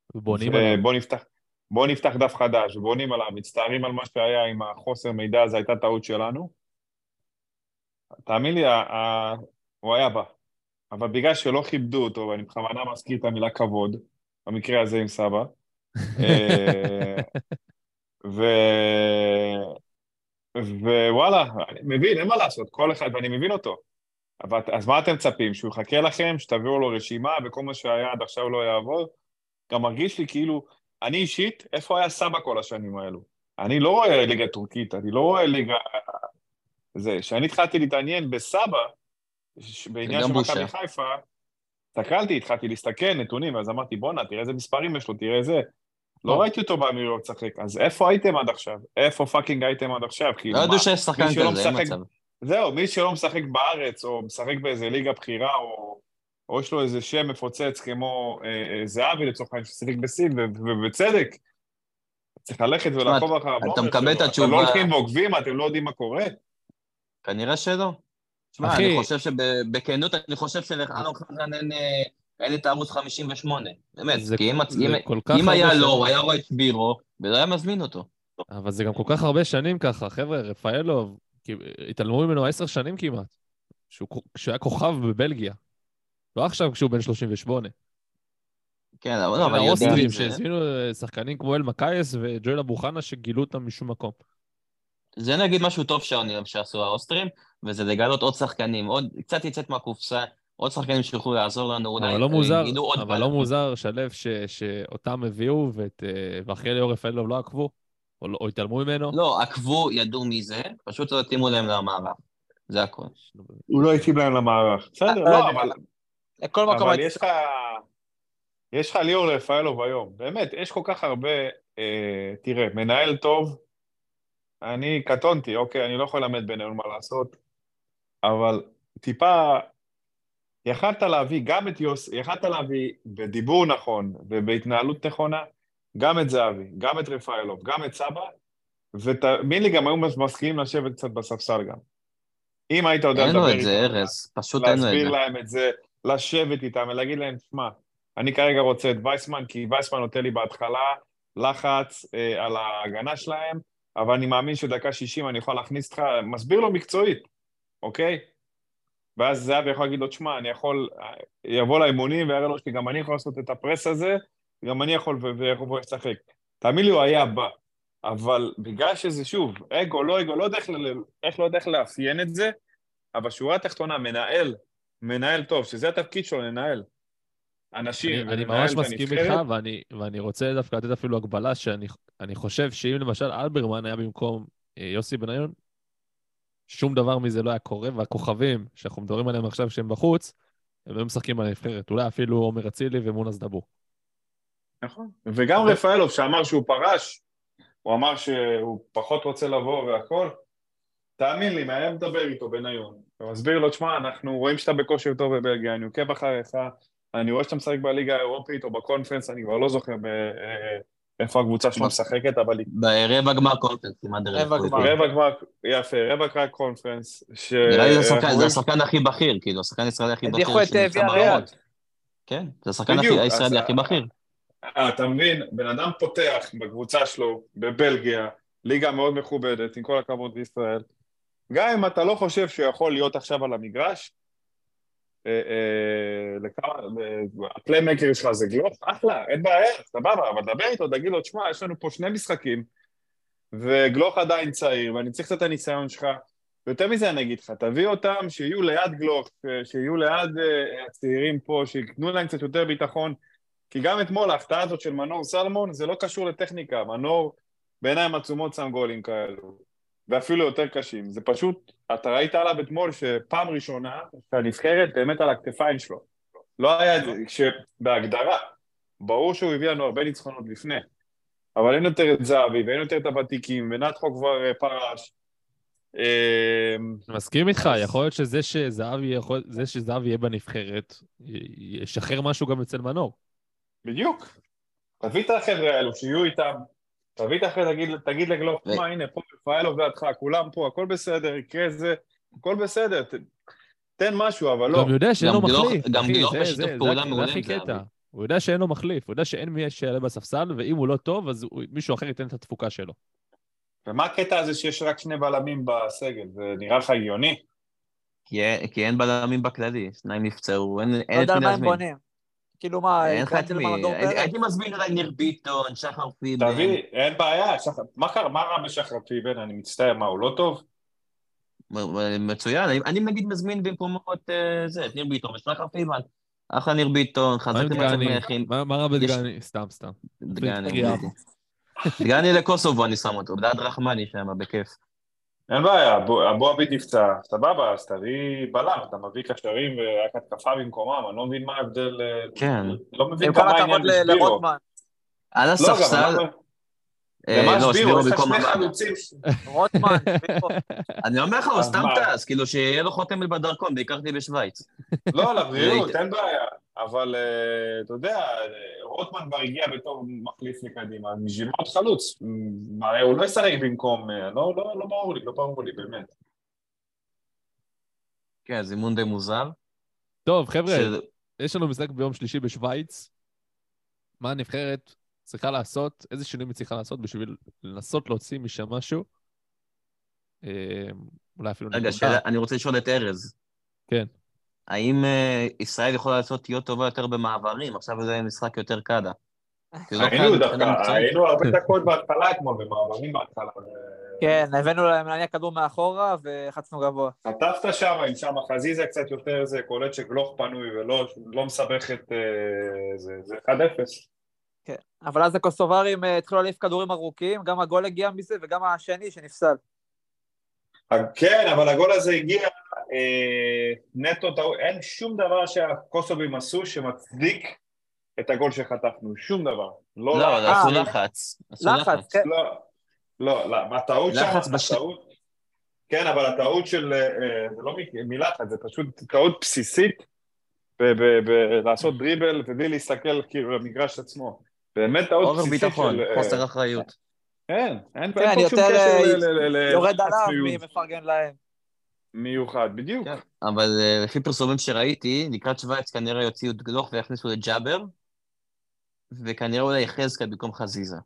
בוא נפתח דף חדש, ובונים עליו, מצטערים על מה שהיה עם החוסר מידע, זה הייתה טעות שלנו. תאמין לי, הוא היה בא. אבל בגלל שלא כיבדו אותו, ואני בכוונה מזכיר את המילה כבוד, במקרה הזה עם סבא, ווואלה, אני מבין, אין מה לעשות, כל אחד, ואני מבין אותו. אז מה אתם מצפים? שהוא יחכה לכם, שתביאו לו רשימה, וכל מה שהיה עד עכשיו לא יעבור? גם מרגיש לי כאילו, אני אישית, איפה היה סבא כל השנים האלו? אני לא רואה ליגה טורקית, אני לא רואה ליגה... זה, כשאני התחלתי להתעניין בסבא, בעניין של מכבי חיפה, התחלתי להסתכל נתונים, אז אמרתי, בונה, תראה איזה מספרים יש לו, תראה איזה... לא ראיתי אותו באמירויות לשחק, אז איפה הייתם עד עכשיו? איפה פאקינג הייתם עד עכשיו? לא ידעו שיש שחקן כזה, אין מצב. זהו, מי שלא משחק בארץ, או משחק באיזה ליגה בחירה, או יש לו איזה שם מפוצץ כמו זהבי לצורך העניין ששיחק בסין, ובצדק, צריך ללכת ולעקוב אחריו. אתה מקבל את התשובה. אתם לא הולכים ועוקבים, אתם לא יודעים מה קורה? כנראה שלא. תשמע, אני חושב שבכנות, אני חושב שלחנוך חזן אין את הערוץ 58. באמת, כי אם היה לו, הוא היה רואה את בירו, ולא היה מזמין אותו. אבל זה גם כל כך הרבה שנים ככה, חבר'ה, רפאלוב, התעלמו ממנו 10 שנים כמעט, שהוא היה כוכב בבלגיה. לא עכשיו כשהוא בן 38. כן, אבל האוסטרים שהזמינו שחקנים כמו אל מקייס וג'ואל אבו חנה שגילו אותם משום מקום. זה נגיד משהו טוב שעשו האוסטרים, וזה לגלות עוד שחקנים, קצת יצאת מהקופסה, עוד שחקנים שיוכלו לעזור לנו. אבל לא מוזר, שלב שאותם הביאו, ואחרי ליאור רפאלוב לא עקבו, או התעלמו ממנו? לא, עקבו, ידעו מי זה, פשוט לא התאימו להם למערב. זה הכל. הוא לא התאים להם למערך. בסדר, לא, כל מקום אבל יש לך ליאור רפאלוב היום. באמת, יש כל כך הרבה, תראה, מנהל טוב, אני קטונתי, אוקיי, אני לא יכול למד בינינו מה לעשות, אבל טיפה, יכלת להביא גם את יכלת להביא בדיבור נכון ובהתנהלות נכונה, גם את זהבי, גם את רפאלוב, גם את סבא, ותאמין לי, גם היו מסכימים לשבת קצת בספסל גם. אם היית יודע אין לו לדבר את זה, איתם, ארז, פשוט אין לו את זה. להסביר להם את זה, לשבת איתם ולהגיד להם, שמע, אני כרגע רוצה את וייסמן, כי וייסמן נותן לי בהתחלה לחץ על ההגנה שלהם, אבל אני מאמין שדקה 60 אני יכול להכניס אותך, מסביר לו מקצועית, אוקיי? ואז זהב יכול להגיד לו, שמע, אני יכול, יבוא לאימונים ויראה לו שגם אני יכול לעשות את הפרס הזה, גם אני יכול ויכול לשחק. תאמין לי, הוא היה בא. אבל בגלל שזה שוב, אגו, לא יודע איך לאפיין את זה, אבל שורה התחתונה, מנהל טוב, שזה התפקיד שלו, לנהל אנשים. אני ממש מסכים איתך, ואני רוצה דווקא לתת אפילו הגבלה, שאני חושב שאם למשל אלברמן היה במקום יוסי בניון, שום דבר מזה לא היה קורה, והכוכבים שאנחנו מדברים עליהם עכשיו שהם בחוץ, הם משחקים על הנבחרת, אולי אפילו עומר אצילי ומונס דבור. נכון, וגם רפאלוב שאמר שהוא פרש, הוא אמר שהוא פחות רוצה לבוא והכל, תאמין לי, מה היה מדבר איתו בניון, ומסביר לו, תשמע, אנחנו רואים שאתה בכושר טוב בבלגיה, אני עוקב אחריך, אני רואה שאתה משחק בליגה האירופית או בקונפרנס, אני כבר לא זוכר איפה הקבוצה שלו משחקת, אבל... ברבע גמר קונפרנס, כמעט רבע גמר, יפה, רבע גמר קונפרנס. נראה לי זה השחקן הכי בכיר, כאילו, השחקן הישראלי הכי בכיר. הדיחו את ויאריאל. כן, זה השחקן הישראלי הכי בכיר. אתה מבין, בן אדם פותח בקבוצה שלו, בבלגיה, ליגה מאוד מכובדת, עם כל הכבוד בישראל, גם אם אתה לא חושב שהוא יכול להיות עכשיו על המגרש, הפליימקר שלך זה גלוך, אחלה, אין בעיה, סבבה, אבל דבר איתו, תגיד לו, תשמע, יש לנו פה 2 משחקים, וגלוך עדיין צעיר, ואני צריך קצת את הניסיון שלך, ויותר מזה אני אגיד לך, תביא אותם שיהיו ליד גלוך, שיהיו ליד הצעירים פה, שיקנו להם קצת יותר ביטחון, כי גם אתמול ההפתעה הזאת של מנור סלמון, זה לא קשור לטכניקה, מנור בעיניים עצומות שם גולים כאלו, ואפילו יותר קשים, זה פשוט, אתה ראית עליו אתמול שפעם ראשונה, שהנבחרת באמת על הכתפיים שלו, לא היה את זה, שבהגדרה, ברור שהוא הביא לנו הרבה ניצחונות לפני, אבל אין יותר את זהבי, ואין יותר את הוותיקים, ונתחו כבר פרש. מסכים איתך, יכול להיות שזה שזהבי יהיה בנבחרת, ישחרר משהו גם אצל מנור. בדיוק. תביא את החבר'ה האלו, שיהיו איתם, תביא את החבר'ה, תגיד לגלוך, מה, הנה, פה רפאלוב לידך, כולם פה, הכל בסדר, יקרה זה, הכל בסדר, תן משהו, אבל לא. גם יודע שאין לו מחליף, גם גלוך בשיתוף פעולה מעולה. הוא יודע שאין לו מחליף, הוא יודע שאין מי שיעלה בספסל, ואם הוא לא טוב, אז מישהו אחר ייתן את התפוקה שלו. ומה הקטע הזה שיש רק 2 בלמים בסגל? זה נראה לך הגיוני? כי אין בלמים בכללי, 2 נפצעו, אין לא יודע מה הם בונים. כאילו מה, אין לך את מי, הייתי מזמין אולי ניר ביטון, שחר פיבן. תביא, אין בעיה, מה רע בשחר פיבן? אני מצטער, מה, הוא לא טוב? מצוין, אני נגיד מזמין במקומות זה, את ניר ביטון ושחר פיבן. אחלה ניר ביטון, חזק למצב. מה רע בדגני? סתם. דגני לקוסובו אני שם אותו, בדעת רחמני שם, בכיף. אין בעיה, אבו עביד נפצע, סבבה, אז תביא בלם, אתה מביא קשרים ורק התקפה במקומם, אני לא מבין מה ההבדל, לא מבין כמה העניין לסבירו. על הספסל, למה סבירו, יש לך 2 חלוצים. רוטמן, אני אומר לך, הוא סתם טס, כאילו שיהיה לו חותם בדרכון, בעיקרתי בשוויץ. לא, לבריאות, אין בעיה, אבל אתה יודע, רוטמן כבר הגיע בתור מחליף לקדימה, בשביל מאוד חלוץ, הוא לא ישחק במקום, לא ברור לי, באמת. כן, זימון די מוזר. טוב, חבר'ה, יש לנו משחק ביום שלישי בשוויץ, מה הנבחרת צריכה לעשות, איזה שינויים היא צריכה לעשות בשביל לנסות להוציא משם משהו? אולי אפילו... רגע, אני רוצה לשאול את ארז. כן. האם ישראל יכולה לעשות תהיות טובה יותר במעברים? עכשיו זה משחק יותר קדה. היינו הרבה דקות בהתחלה אתמול, במעברים בהתחלה. כן, הבאנו להם להניע כדור מאחורה וחצנו גבוה. חטפת שם חזיזה קצת יותר, זה קולט שגלוך פנוי ולא מסבך את זה 1-0. כן, אבל אז הקוסוברים התחילו להעיף כדורים ארוכים, גם הגול הגיע מזה וגם השני שנפסל. כן, אבל הגול הזה הגיע נטו, אין שום דבר שהקוסובים עשו שמצדיק את הגול שחטפנו, שום דבר. לא לא, לחץ, עשו לחץ. עשו לחץ, לחץ. כן. לא, הטעות שם, לחץ הטעות, כן, אבל הטעות של, זה לא מלחץ, זה פשוט טעות בסיסית, לעשות דריבל ובלי להסתכל כאילו למגרש עצמו. באמת טעות אובר בסיסית ביטחון, של... חוסר אחריות. אין כן, אני פה שום יותר קשר יורד ללחץ עליו ממפרגן להם. מיוחד, בדיוק. כן. אבל לפי פרסומים שראיתי, לקראת שווייץ כנראה יוציאו את גלוך ויכניסו את ג'אבר, וכנראה אולי יחזקאל במקום חזיזה.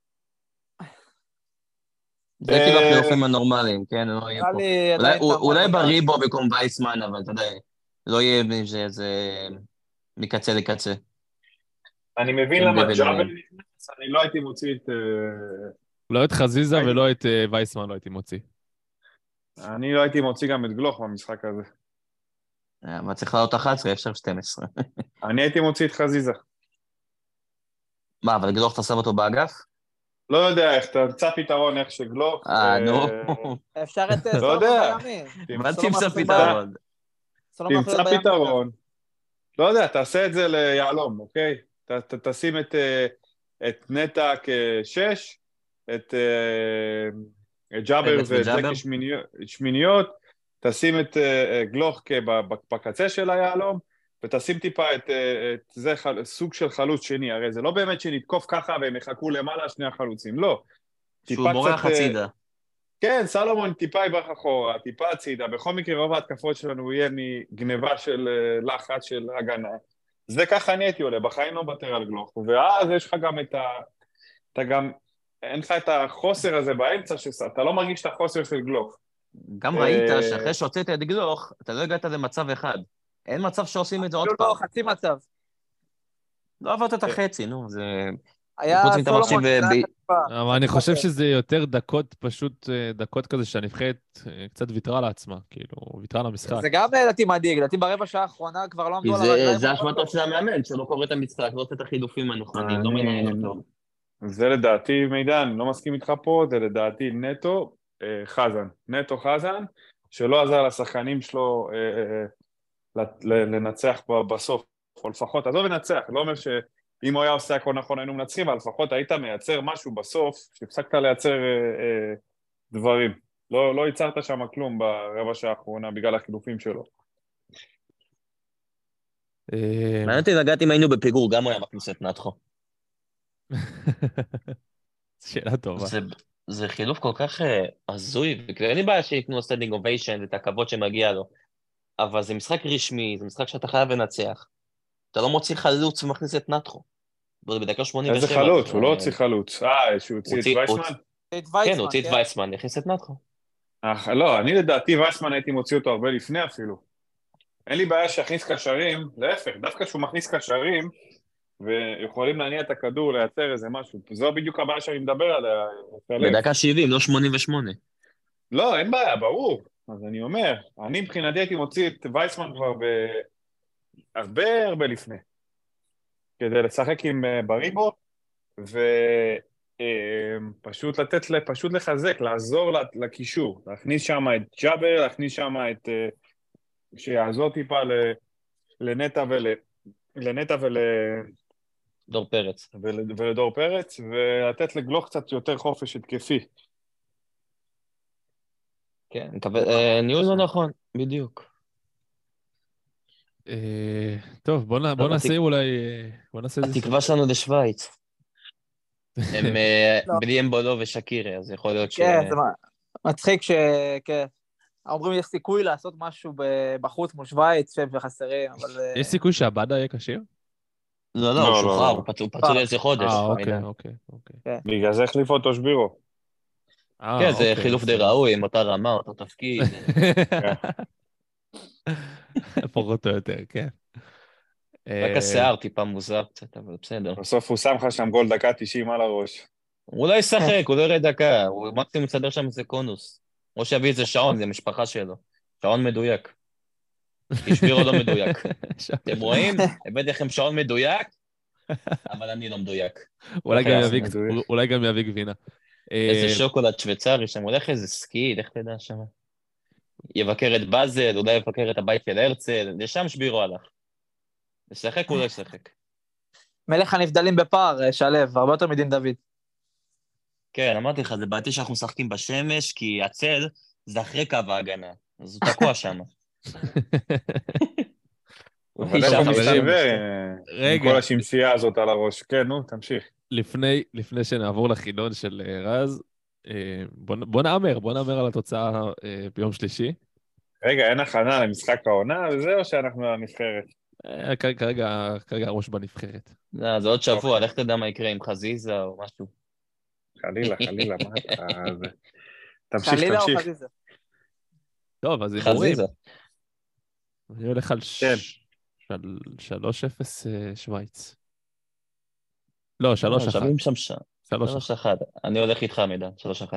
זה כאילו החילופים הנורמליים, כן? לא יהיה נראה פה. לי עדיין אולי תמוה. בריבו במקום וייסמן, אבל אתה יודע, לא יהיה שזה מקצה לקצה. אני מבין כן, למה בין ג'אבר ביניהם. נכנס, אני לא הייתי מוציא את... לא את חזיזה ולא את וייסמן לא הייתי מוציא. אני לא הייתי מוציא גם את גלוך במשחק הזה. אבל צריך לעלות 11, אפשר 12. אני הייתי מוציא את חזיזה. מה, אבל גלוך אתה שם אותו באגף? לא יודע איך, תמצא פתרון איך שגלוך... נו. אפשר את לא סולומון יודע. בימין. מה סולומון תמצא יכול פתרון? סולומון יכול להיות תמצא בימין. פתרון. לא יודע, תעשה את זה ליעלום, אוקיי? תשים את נטע כשש, את ג'אבר פרץ ואת זה וג'אבר. כשמיניות, תשים את גלוך בקצה של היעלום, ותשים טיפה את זה סוג של חלוץ שני, הרי זה לא באמת שנתקוף ככה והם יחכו למעלה שני החלוצים, לא. שהוא בורח הצידה. כן, סלומון טיפה יברח אחורה, טיפה הצידה, בכל מקרה רוב ההתקפות שלנו יהיה מגניבה של לחץ של הגנה. זה ככה אני הייתי עולה, בחיים לא מוותר על גלוך, ואז יש לך גם אתה גם, אין לך את החוסר הזה באמצע, אתה לא מרגיש את החוסר של גלוך. גם ראית שאחרי שהוצאת את גלוך, אתה לא הגעת למצב אחד. אין מצב שעושים את זה עוד פעם. לא, חצי מצב. לא עברת את החצי, נו, זה... היה חוץ מטבח סולומון, זה היה חטיפה. אבל אני חושב שזה יותר דקות, פשוט דקות כזה שהנבחרת קצת ויתרה לעצמה, כאילו, ויתרה למשחק. זה גם לדעתי מדאיג, לדעתי ברבע שעה האחרונה כבר לא עמדו כי על הרגליים. זה אשמתו של המאמן, שלא קורא את המשחק, לא עושה את החילופים הנכונים, לא מנהל אותו. זה לדעתי מידע, אני לא מסכים איתך פה, זה לדעתי נטו חזן. נטו חזן, שלא עזר לשחקנים שלו לנצח בסוף, או לפחות, עזוב לנצח, לא אומר שאם הוא היה עושה הכל נכון היינו מנצחים, אבל לפחות היית מייצר משהו בסוף, שהפסקת לייצר דברים. לא ייצרת שם כלום ברבע שעה האחרונה בגלל החילופים שלו. מעניין אותי לגעת אם היינו בפיגור, גם הוא היה מכניס את נתחו. שאלה טובה. זה חילוף כל כך הזוי, וכאילו אין לי בעיה שיקנו סטנדינג אוביישן ואת הכבוד שמגיע לו, אבל זה משחק רשמי, זה משחק שאתה חייב לנצח. אתה לא מוציא חלוץ ומכניס את נתחו. בדקה 87. איזה חלוץ? הוא לא הוציא חלוץ. שהוא הוציא את וייסמן? כן, הוא הוציא את וייסמן, הכניס את נתחו. לא, אני לדעתי וייסמן הייתי מוציא אותו הרבה לפני אפילו. אין לי בעיה שיכניס קשרים, להפך, דווקא שהוא מכניס קשרים, ויכולים להניע את הכדור, לייצר איזה משהו. זו בדיוק הבעיה שאני מדבר עליה. בדקה 70, לא 88. לא, אין בעיה, ברור. אז אני אומר, אני מבחינתי הייתי מוציא את וייסמן כבר הרבה לפני. כדי לשחק עם בריבו, ופשוט פשוט לחזק, לעזור לקישור. להכניס שם את ג'אבר, להכניס שם את... שיעזור טיפה לנטע דור פרץ. ולדור פרץ, ולתת לגלוך קצת יותר חופש התקפי. כן, ניהול לא נכון, בדיוק. טוב, בוא נעשה אולי... התקווה שלנו לשוויץ. הם בלי אמבולו ושקירי, אז יכול להיות ש... כן, זה מצחיק כן. אומרים יש סיכוי לעשות משהו בחוץ מול שוויץ, שהם חסרים, אבל... יש סיכוי שהבאדה יהיה קשיר? לא, הוא שוחרר, הוא פצוע לאיזה חודש. אוקיי. בגלל זה החליפו אותו שבירו. כן, זה חילוף די ראוי, עם אותה רמה, אותו תפקיד. פחות או יותר, כן. רק השיער טיפה מוזר קצת, אבל בסדר. בסוף הוא שם לך שם גול דקה 90 על הראש. הוא לא ישחק, הוא לא יראה דקה, הוא מקסימום יסדר שם איזה קונוס. או שיביא איזה שעון, זה משפחה שלו. שעון מדויק. כי שבירו לא מדויק. אתם רואים? הבאתי לכם שעון מדויק, אבל אני לא מדויק. אולי גם יביא גבינה. איזה שוקולד שוויצרי שם, הולך איזה סקי, איך תדע שם. יבקר את באזל, אולי יבקר את הבית של הרצל, לשם שבירו הלך. לשחק הוא לא ישחק. מלך הנבדלים בפער, שלב, הרבה יותר מדין דוד. כן, אמרתי לך, זה בעייתי שאנחנו משחקים בשמש, כי הצל זה אחרי קו ההגנה, אז הוא תקוע שם. הוא אבל איפה נשאר חברים, מסתבר עם רגע. כל השמשייה הזאת על הראש? כן, נו, תמשיך. לפני שנעבור לחידון של רז, בוא נאמר על התוצאה ביום שלישי. רגע, אין הכנה למשחק העונה וזה, או שאנחנו על הנבחרת? כרגע הראש בנבחרת. זה עוד שבוע, לך תדע מה יקרה עם חזיזה או משהו. חלילה, מה אתה... תמשיך. חלילה או חזיזה? טוב, אז הימורים. חזיזה. אני הולך על כן. 3-0 שוויץ. לא, 3-1. שווים שם 3-1. 3-1. אני הולך איתך, מידע, 3-1.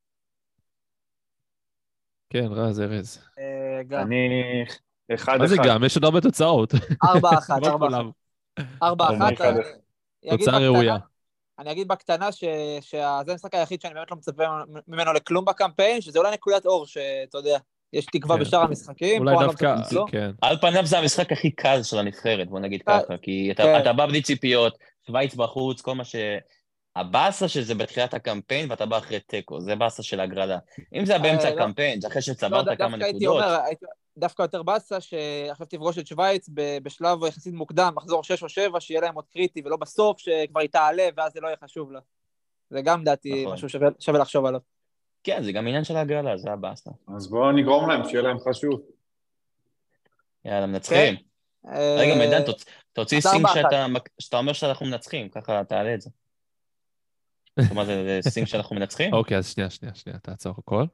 כן, רז, ארז. גם. אני 1-1. מה זה גם? יש עוד הרבה תוצאות. 4-1, לא 4-1. כולם. 4-1. תוצאה ראויה. אני אגיד בקטנה שזה המשחק היחיד שאני באמת לא מצפה ממנו לכלום בקמפיין, שזה אולי נקודת אור, שאתה יודע, יש תקווה בשאר המשחקים. אולי דווקא, כן. על פניו זה המשחק הכי קל של הנבחרת, בוא נגיד ככה, כי אתה בא בלי ציפיות, שוויץ בחוץ, כל מה ש... הבאסה שזה בתחילת הקמפיין, ואתה בא אחרי טקו, זה באסה של הגרלה. אם זה באמצע הקמפיין, זה אחרי שצברת כמה נקודות. דווקא יותר באסה שעכשיו תפגוש את שוויץ בשלב יחסית מוקדם, מחזור 6 או 7, שיהיה להם עוד קריטי, ולא בסוף שכבר היא תעלה, ואז זה לא יהיה חשוב לה. זה גם דעתי משהו שווה לחשוב עליו. כן, זה גם עניין של הגרלה, זה הבאסה. אז בואו נגרום להם, שיהיה להם חשוב. יאללה, מנצחים. רגע, מידן, תוציא סינג שאתה אומר שאנחנו מנצחים, ככה תעלה את זה. מה זה סינג שאנחנו מנצחים? אוקיי, אז שנייה, תעצור הכל.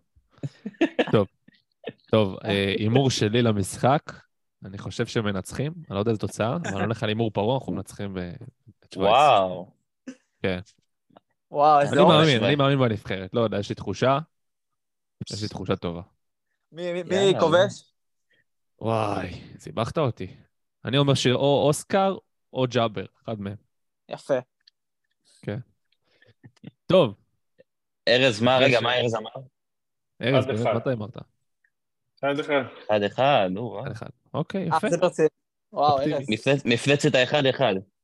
טוב, הימור שלי למשחק, אני חושב שמנצחים, אני לא יודע איזה תוצאה, אבל אני הולך על הימור פרוע, אנחנו מנצחים את שוויץ. וואו. כן. וואו, איזה עומס. אני מאמין בנבחרת, לא יודע, יש לי תחושה טובה. מי כובש? וואי, סיבכת אותי. אני אומר שאו אוסקר או ג'אבר, אחד מהם. יפה. כן. טוב. ארז, מה ארז אמר? ארז, באמת, מה אתה אמרת? 1-1. 1-1, נו. 1-1. אוקיי, יפה. וואו, ארז. מפלצת ה-1-1.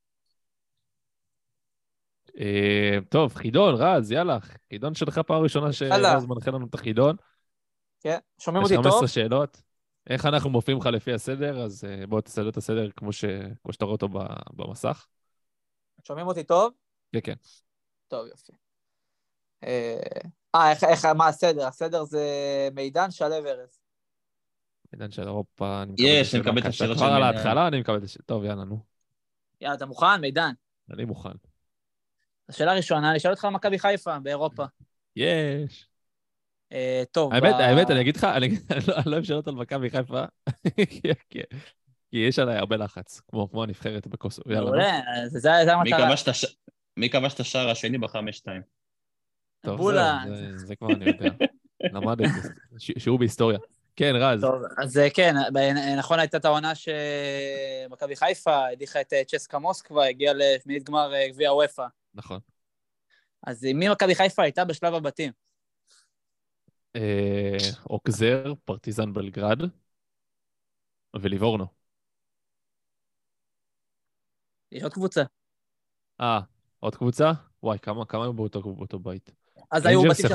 טוב, חידון, רז, יאללה. חידון שלך פעם ראשונה שרז מנחה לנו את החידון. כן, שומעים אותי יש טוב? 15 שאלות. איך אנחנו מופיעים לך לפי הסדר, אז בוא תסדר את הסדר כמו שאתה רואה אותו במסך. שומעים אותי טוב? כן, כן. טוב, יופי. מה הסדר? הסדר זה מידן, שלב, ארז. מידן של אירופה, אני מקבל את השאלות של כבר מידן. על ההתחלה, אני מקבל את השאלות. טוב, יאללה, נו. יאללה, אתה מוכן, מידן? אני מוכן. השאלה הראשונה, אני אשאל אותך על מכבי חיפה באירופה. יש. טוב. האמת, אני אגיד לך, אני לא אוהב שאלות על מכבי חיפה, כי יש עליי הרבה לחץ, כמו הנבחרת בקוסוב. מעולה, זה המטרה. מי כבש את השער השני ב-5-2? טוב, זה כבר אני יודע. למדתי, שיעור בהיסטוריה. כן, רז. טוב, אז כן, נכון הייתה את העונה שמכבי חיפה הדיחה את צ'סקה מוסקבה, הגיעה לשמינית גמר גביע הוופא. נכון. אז מי מכבי חיפה הייתה בשלב הבתים? אוקזר, פרטיזן בלגרד, וליבורנו. יש עוד קבוצה. עוד קבוצה? וואי, כמה היו באותו בית? אז היו בתים של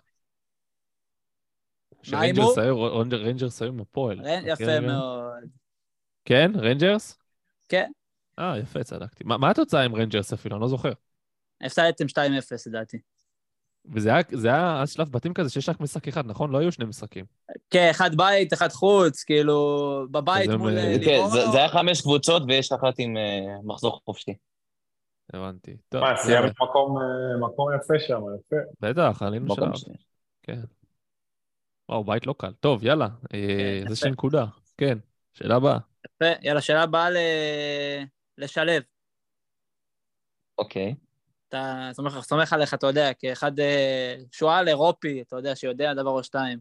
5. ריינג'רס היו עם הפועל. יפה מאוד. כן? ריינג'רס? כן. יפה, צדקתי. מה התוצאה עם ריינג'רס אפילו? אני לא זוכר. הפסדתם 2-0, לדעתי. וזה היה אז שלב בתים כזה שיש רק משחק אחד, נכון? לא היו שני משחקים. כן, אחד בית, אחד חוץ, כאילו, בבית מול ליבורנו. זה היה 5 קבוצות ויש אחת עם מחזור חופשי. הבנתי. מה, סיימת מקום יפה שם, יפה. בטח, עלינו שלב. כן. וואו, בית לא קל. טוב, יאללה. זה שנקודה. כן, שאלה הבאה. יפה, יאללה, שאלה הבאה לשלב. אוקיי. אתה סומך עליך, אתה יודע, כאחד שואל אירופי, אתה יודע, שיודע דבר או שתיים.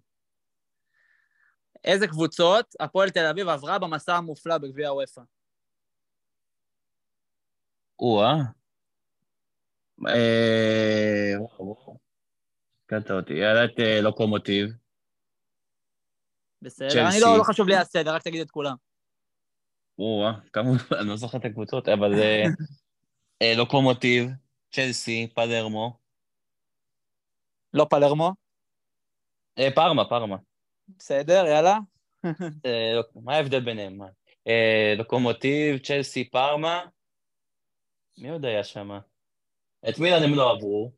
איזה קבוצות הפועל תל אביב עברה במסע המופלא בגביע הוופא? קטע אותי. יאללה את לוקומוטיב. בסדר, אני לא חשוב לי הסדר, רק תגיד את כולם. כמה, אני לא זוכר את הקבוצות, אבל זה לוקומוטיב, צ'לסי, פלרמו. לא פלרמו? פארמה. בסדר, יאללה. מה ההבדל ביניהם? לוקומוטיב, צ'לסי, פארמה. מי עוד היה שם? את מילאן הם לא עברו.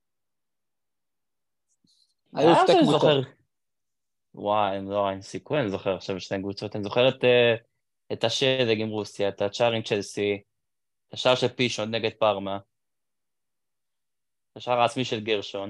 היו שתי קבוצות. וואי, אין סיכוי, אני זוכר עכשיו שתי קבוצות. אני זוכר את השלג עם רוסיה, את השער עם צ'לסי, את השער של פישון נגד פארמה, את השער העצמי של גרשון.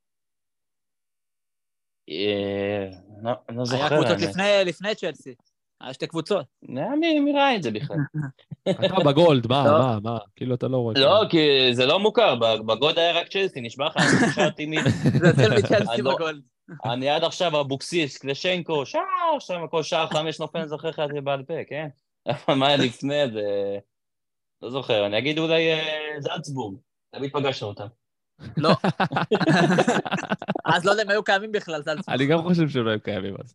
לא זוכר. היה קבוצות לפני צ'לסי. היה שתי קבוצות. מי ראה את זה בכלל? אתה בגולד, מה? כאילו אתה לא רואה. לא, כי זה לא מוכר, בגולד היה רק צ'לסי, נשמע לך, אני חשבתי מי... זה יותר מצ'לסי בגולד. אני עד עכשיו אבוקסיס, קלשנקו, שער, כל שער 5 נופל, אני זוכר לך את זה בעל פה, כן? אבל מה היה לפני זה? לא זוכר, אני אגיד אולי זלצבורג, תמיד פגשנו אותם. לא. אז לא יודע אם היו קיימים בכלל, זלצבורג. אני גם חושב שהם לא היו קיימים אז.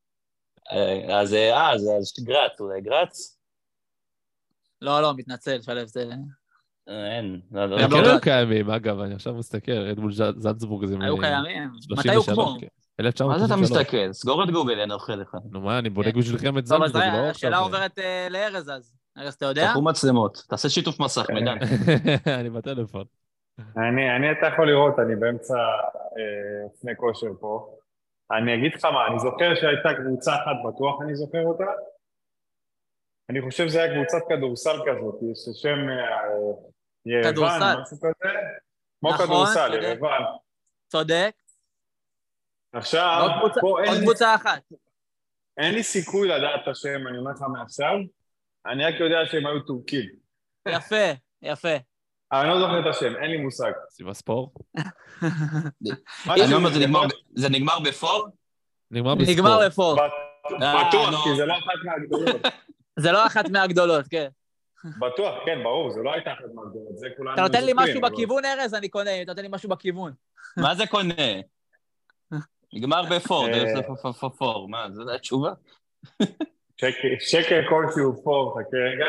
אז גרץ, אולי גרץ? לא, מתנצל, שלב, זה... אין, הם כן היו קיימים, אגב, אני עכשיו מסתכל, רדבול זלצבורג זה... היו קיימים? מתי הוקמו? מה זה אתה מסתכל? סגור את גוגל, אני אוכל לך. נו מה, אני בודק בשבילכם את זלצבורג, לא? טוב, אז השאלה עוברת לארז אז. ארז, אתה יודע? תפו מצלמות, תעשה שיתוף מסך, מידן. אני בטלפון. אתה יכול לראות, אני באמצע לפני כושר פה. אני אגיד לך מה, אני זוכר שהייתה קבוצה אחת בטוח, אני זוכר אותה. אני חושב שזה היה קבוצת כדורסל כזאת, ששם יוון, משהו כזה. כמו כדורסל, יוון. צודק. עכשיו, עוד קבוצה אחת. אין לי סיכוי לדעת את השם, אני אומר לך מעכשיו. אני רק יודע שהם היו טורקים. יפה. אבל אני לא זוכר את השם, אין לי מושג. סיבה ספור? אני אומר, זה נגמר בפור? נגמר בפור. בטוח, כי זה לא אחת מהגדולות. זה לא אחת מהגדולות, כן. בטוח, כן, ברור, זה לא הייתה אחת מהגדולות, זה כולנו... אתה נותן לי משהו בכיוון, ארז, אני קונה, אתה נותן לי משהו בכיוון. מה זה קונה? נגמר בפור, זה פור, מה, זו התשובה? שקר כלשהו פור, חכה רגע.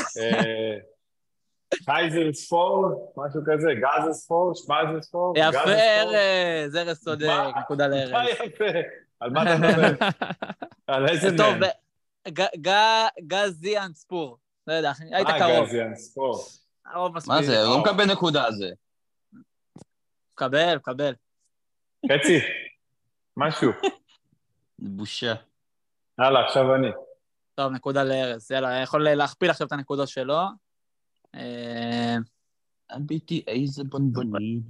חייזרס פור, משהו כזה, גזס פור, שמייזרס פור. יפה, ארז צודק, נקודה לארז. מה יפה? על מה אתה מדבר? על איזה מהם? גזיאן ספור. לא יודע, היית קרוב. גזיאן ספור. מה זה? לא מקבל נקודה על זה. קבל. חצי, משהו. בושה. הלאה, עכשיו אני. טוב, נקודה לארז. יאללה, יכול להכפיל עכשיו את הנקודות שלו. הביטי איזה בונבונים.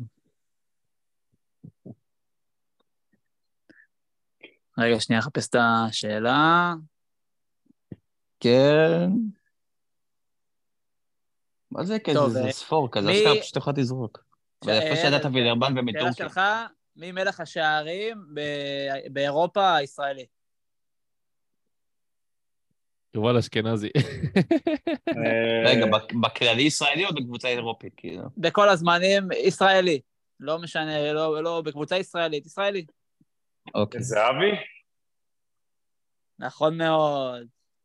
רגע, שנייה, חפש את השאלה. כן. מה זה כזה? זה ספור כזה, עכשיו פשוט יכולת לזרוק. אבל יפה שידעת וילרבן ומטורקיה. שאלה שלך, מי מלך השערים באירופה הישראלי? יובל אשכנזי. רגע, בכללי ישראלי או בקבוצה אירופית? בכל הזמנים ישראלי. לא משנה, לא בקבוצה ישראלית, ישראלי. אוקיי. זהבי? נכון מאוד.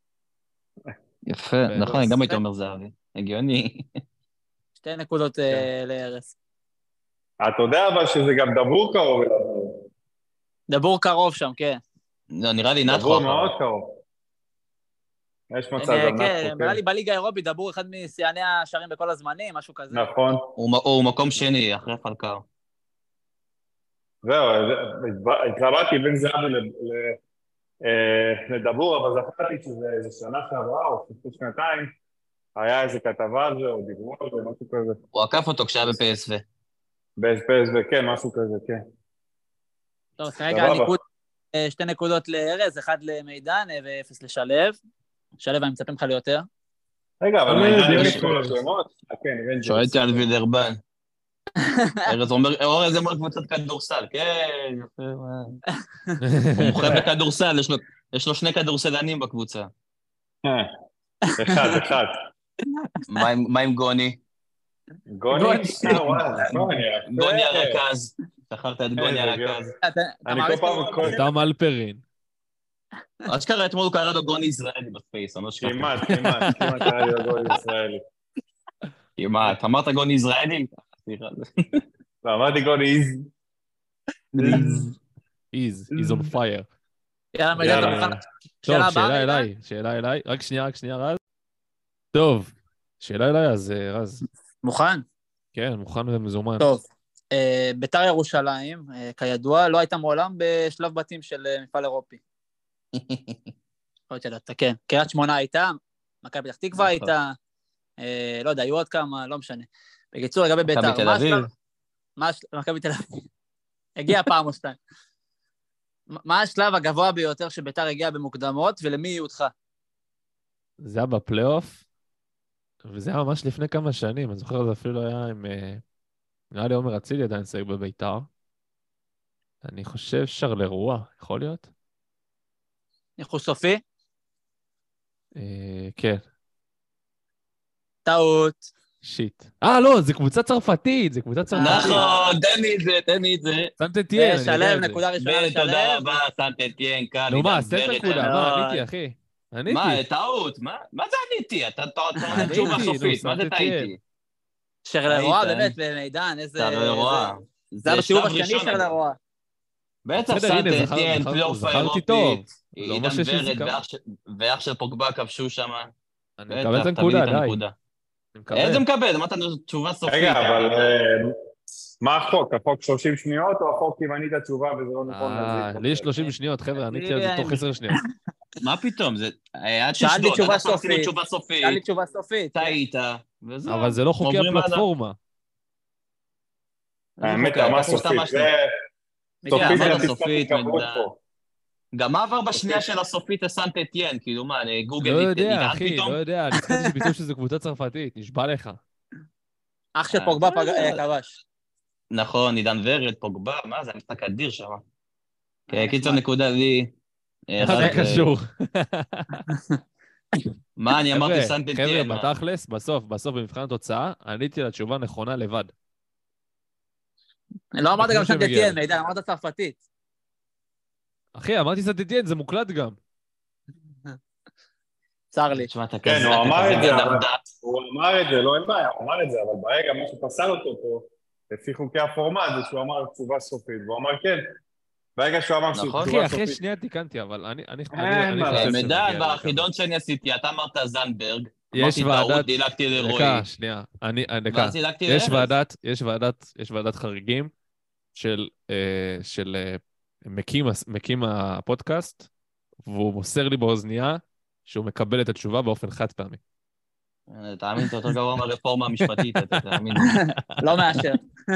יפה, נכון, אני גם הייתי אומר זהבי. הגיוני. 2 נקודות לארז. אתה יודע אבל שזה גם דבור קרוב אליו. דבור קרוב שם, כן. לא, נראה לי נתחו. דבור מאוד קרוב. יש מצב גם נתחו. כן, נראה לי בליגה האירופית דבור אחד משיאני השערים בכל הזמנים, משהו כזה. נכון. הוא מקום שני, אחרי פלקאו. זהו, התלבטתי בין זהבי לדבור, אבל זכרתי שזה שנה שעברה, או שנתיים, היה איזה כתבה על זה, או דיברו על זה, משהו כזה. הוא עקף אותו כשהיה בפסו. בפסו, כן, משהו כזה, כן. טוב, כרגע 2 נקודות לארז, 1 למידן ו0 לשלב. שלב, אני מצפה לך ליותר. רגע, אבל מידן יש כל השלמות? כן, שואלתי על וילרבן. ארז אומר קבוצת כדורסל, כן, יפה, הוא מוכר בכדורסל, יש לו 2 כדורסלנים בקבוצה. אחד. מה עם גוני? גוני הרכז. זכרת את גוני הרכז. אני כל פעם... דם אלפרין. אשכרה אתמול הוא קרא לו גול ישראלי בפייס, אני לא שכחתי. כמעט קרא לי לגול ישראלי. כמעט, אמרת גול ישראלי? לא, אמרתי גול איז. He's on fire. יאללה, מידע, אתה מוכן? טוב, שאלה הבאה, שאלה אליי. רק שנייה, רז. טוב, שאלה אליי, אז רז. מוכן? כן, מוכן ומזומן. טוב. בית"ר ירושלים, כידוע, לא הייתה מעולם בשלב בתים של מפעל אירופי. יכול להיות כן. קריית שמונה הייתה, מכבי פתח תקווה הייתה, לא יודע, היו עוד כמה, לא משנה. בקיצור, לגבי בית"ר, מכבי תל אביב. מכבי תל אביב. הגיע פעם או שתיים. מה השלב הגבוה ביותר שבית"ר הגיע במוקדמות, ולמי יהיו אותך? זה היה בפלייאוף, וזה היה ממש לפני כמה שנים, אני זוכר, זה אפילו היה עם... נראה לי עומר אצילי עדיין שחק בבית"ר. אני חושב שרלרואה, יכול להיות? ניחוש סופי? כן. טעות. שיט. לא, זה קבוצה צרפתית, נכון, תן לי את זה. סנט-אתיין. שלב, נקודה ראשונה לשלב. תודה רבה, סנט-אתיין, כאן. נו מה, סטף נקודה, מה, עניתי, אחי. עניתי. מה, טעות? מה זה עניתי? אתה תשובה סופית, מה זה טעיתי? שרלרואה, באמת, במידן, איזה... שרלרואה. זה היה בסיבוב השני שרלרואה. בטח, סנט-אתיין, פלייאוף האירופית. עידן ורד ואח של פוגבה כבשו שם. אני מקבל את הנקודה, די. איזה מקבל? אמרת תשובה סופית. רגע, אבל מה החוק? החוק 30 שניות או החוק אם ענית תשובה וזה לא נכון? לי יש 30 שניות, חבר'ה, עניתי על זה תוך 10 שניות. מה פתאום? זה... שאלתי תשובה סופית. שאלתי תשובה סופית. טעית, וזהו. אבל זה לא חוקי הפלטפורמה. האמת, מה סופית? זה סופית, גם מה עבר בשנייה של הסופית לסנט-אתיין? כאילו מה, גוגל... לא יודע, אחי, לא יודע. אני חושב שביטוי שזו קבוצה צרפתית, נשבע לך. אח של פוגבה כבש. נכון, עידן ורד, פוגבה, מה זה? המשחק אדיר שם. קיצור נקודה לי... מה זה קשור? מה, אני אמרתי סנט-אתיין? חבר'ה, בתכלס, בסוף במבחן התוצאה, עניתי לתשובה נכונה לבד. לא אמרת גם סנט-אתיין, מידע, אמרת צרפתית. אחי, אמרתי סנט-אתיין, זה מוקלט גם. צר לי. כן, הוא אמר את זה, לא אין בעיה, הוא אמר את זה, אבל ברגע מה שפסל אותו פה, לפי חוקי הפורמט, זה שהוא אמר תשובה סופית, והוא אמר כן. ברגע שהוא אמר שהוא תשובה סופית. אחי, אחרי שנייה תיקנתי, אבל אני חושב מדן, בחידון שאני עשיתי, אתה אמרת זנדברג, יש ועדת... דילגתי לרועי. דקה, שנייה. יש ועדת חריגים של מקים הפודקאסט, והוא מוסר לי באוזנייה שהוא מקבל את התשובה באופן חד פעמי. תאמין, אתה יותר גרוע מהרפורמה המשפטית, אתה תאמין. לא מאשר.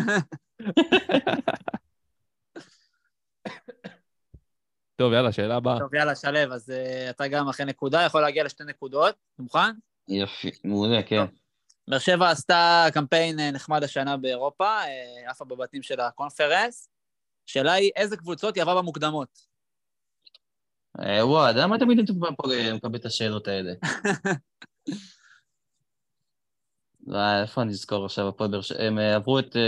טוב, יאללה, שאלה הבאה. טוב, יאללה, שלב, אז אתה גם אחרי נקודה, יכול להגיע לשתי נקודות. אתה מוכן? יפי, מעולה, כן. באר שבע עשתה קמפיין נחמד השנה באירופה, עפה בבתים של הקונפרנס. השאלה היא, איזה קבוצות היא עברה במוקדמות? וואו, למה תמיד אתה מקבל את השאלות האלה? איפה אני אזכור עכשיו? הם עברו את...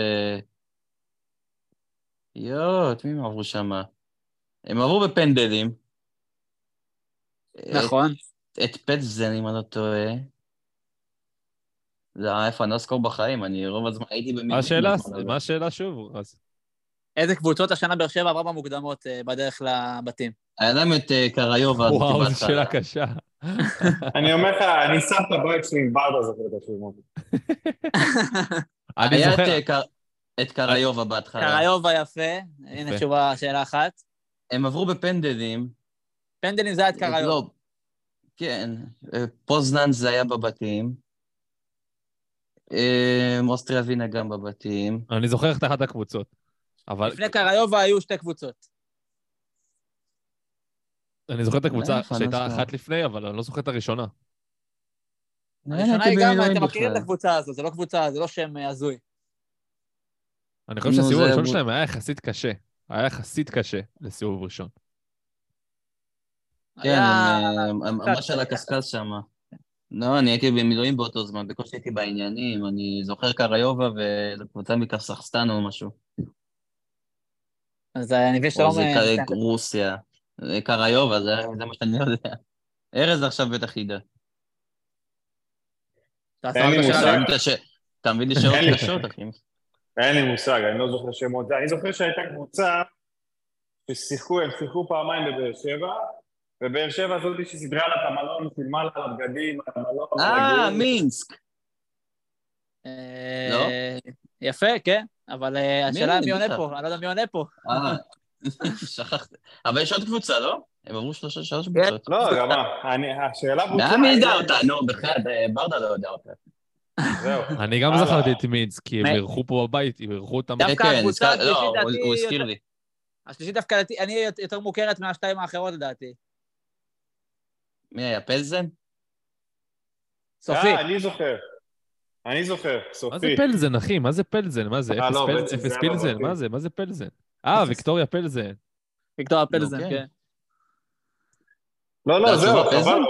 את מי הם עברו שם? הם עברו בפנדלים. נכון. את פטזן, אם אני לא טועה. זה איפה אני לא אזכור בחיים, אני רוב הזמן הייתי במילואים. מה השאלה שוב? איזה קבוצות השנה באר שבע עברה במוקדמות בדרך לבתים? היה להם את קריובה. וואו, זו שאלה קשה. אני אומר לך, אני שם את הבית שלי עם ברדה זוכר את השמות. היה את קריובה בהתחלה. קריובה יפה, הנה תשובה, שאלה אחת. הם עברו בפנדלים. פנדלים זה היה את קריובה. כן, פוזנן זה היה בבתים. אוסטריה ווינה גם בבתים. אני זוכר את אחת הקבוצות. לפני קריובה היו שתי קבוצות. אני זוכר את הקבוצה שהייתה אחת לפני, אבל אני לא זוכר את הראשונה. הראשונה היא גם, אתם מכירים את הקבוצה הזו, זה לא קבוצה, זה לא שם הזוי. אני חושב שהסיבוב הראשון שלהם היה יחסית קשה. היה יחסית קשה לסיבוב ראשון. כן, ממש על הקסקס שם. לא, אני הייתי במילואים באותו זמן, בקושי הייתי בעניינים, אני זוכר קריובה וזו קבוצה מקסחסטן או משהו. אז אני מבין שאתה לא... או זה רוסיה. זה קריוב, אז זה מה שאני יודע. ארז עכשיו בטח ידע. אין לי מושג. אתה מבין לי שאלות קשות, אחי. אין לי מושג, אני לא זוכר שמות. אני זוכר שהייתה קבוצה ששיחקו, הם שיחקו פעמיים בבאר שבע, ובאר שבע הזאת שסדרה לה את המלון, פילמה לה על הבגדים, על המלון. מינסק. לא? יפה, כן, אבל השאלה מי עונה פה, אני לא יודע מי עונה פה. שכחת. אבל יש עוד קבוצה, לא? הם אמרו שלוש קבוצות. לא, גם השאלה בוצעה. מי ידע אותה? נו, בכלל, ברדה לא יודע אותה. זהו. אני גם זכרתי את מינסק, כי הם אירחו פה בבית, הם אירחו אותם. דווקא הקבוצה השלישית, הוא הזכיר לי. השלישית דווקא, אני יותר מוכרת מהשתיים האחרות, לדעתי. מי היה, פלזן? סופי. אני זוכר, סופי. מה זה פלזן, אחי? מה זה פלזן? מה זה? אפס פלזן? מה זה פלזן? ויקטוריה פלזן. ויקטוריה פלזן, כן. לא, זהו, חבל.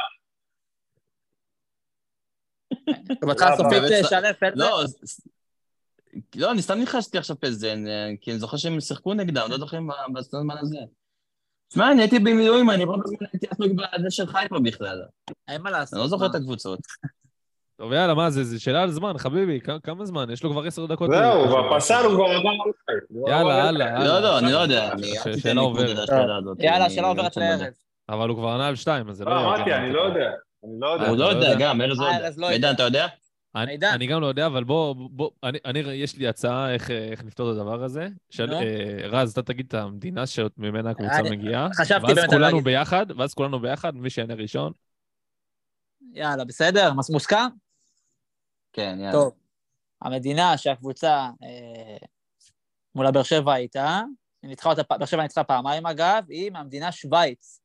תגובתך הסופית שלף פלזן? לא, אני סתם ניחשתי עכשיו פלזן, כי אני זוכר שהם שיחקו נגדם, לא זוכרים בזמן הזה. תשמע, אני הייתי במילואים, אני הייתי עסוק בזה של חיפה בכלל. אין מה לעשות. אני לא זוכר את הקבוצות. טוב, יאללה, מה זה? זה שאלה על זמן, חביבי, כמה זמן? יש לו כבר 10 דקות. זהו, בפסל הוא כבר עבר. יאללה. לא, אני לא יודע. שאלה עוברת. יאללה, שאלה עוברת לארז. אבל הוא כבר ענה על 2, אז זה לא... אמרתי, אני לא יודע. הוא לא יודע גם, ארז לא יודע. מידן, אתה יודע? אני גם לא יודע, אבל יש לי הצעה איך לפתור את הדבר הזה. רז, אתה תגיד את המדינה שממנה הקבוצה מגיעה. חשבתי באמת על להגיד. ואז כולנו ביחד, מי שיענה ראשון. יאללה, בסדר? מוסכם? כן, יאללה. טוב. המדינה שהקבוצה מול הבאר שבע הייתה, באר שבע ניצחה פעמיים אגב, היא מהמדינה שוויץ.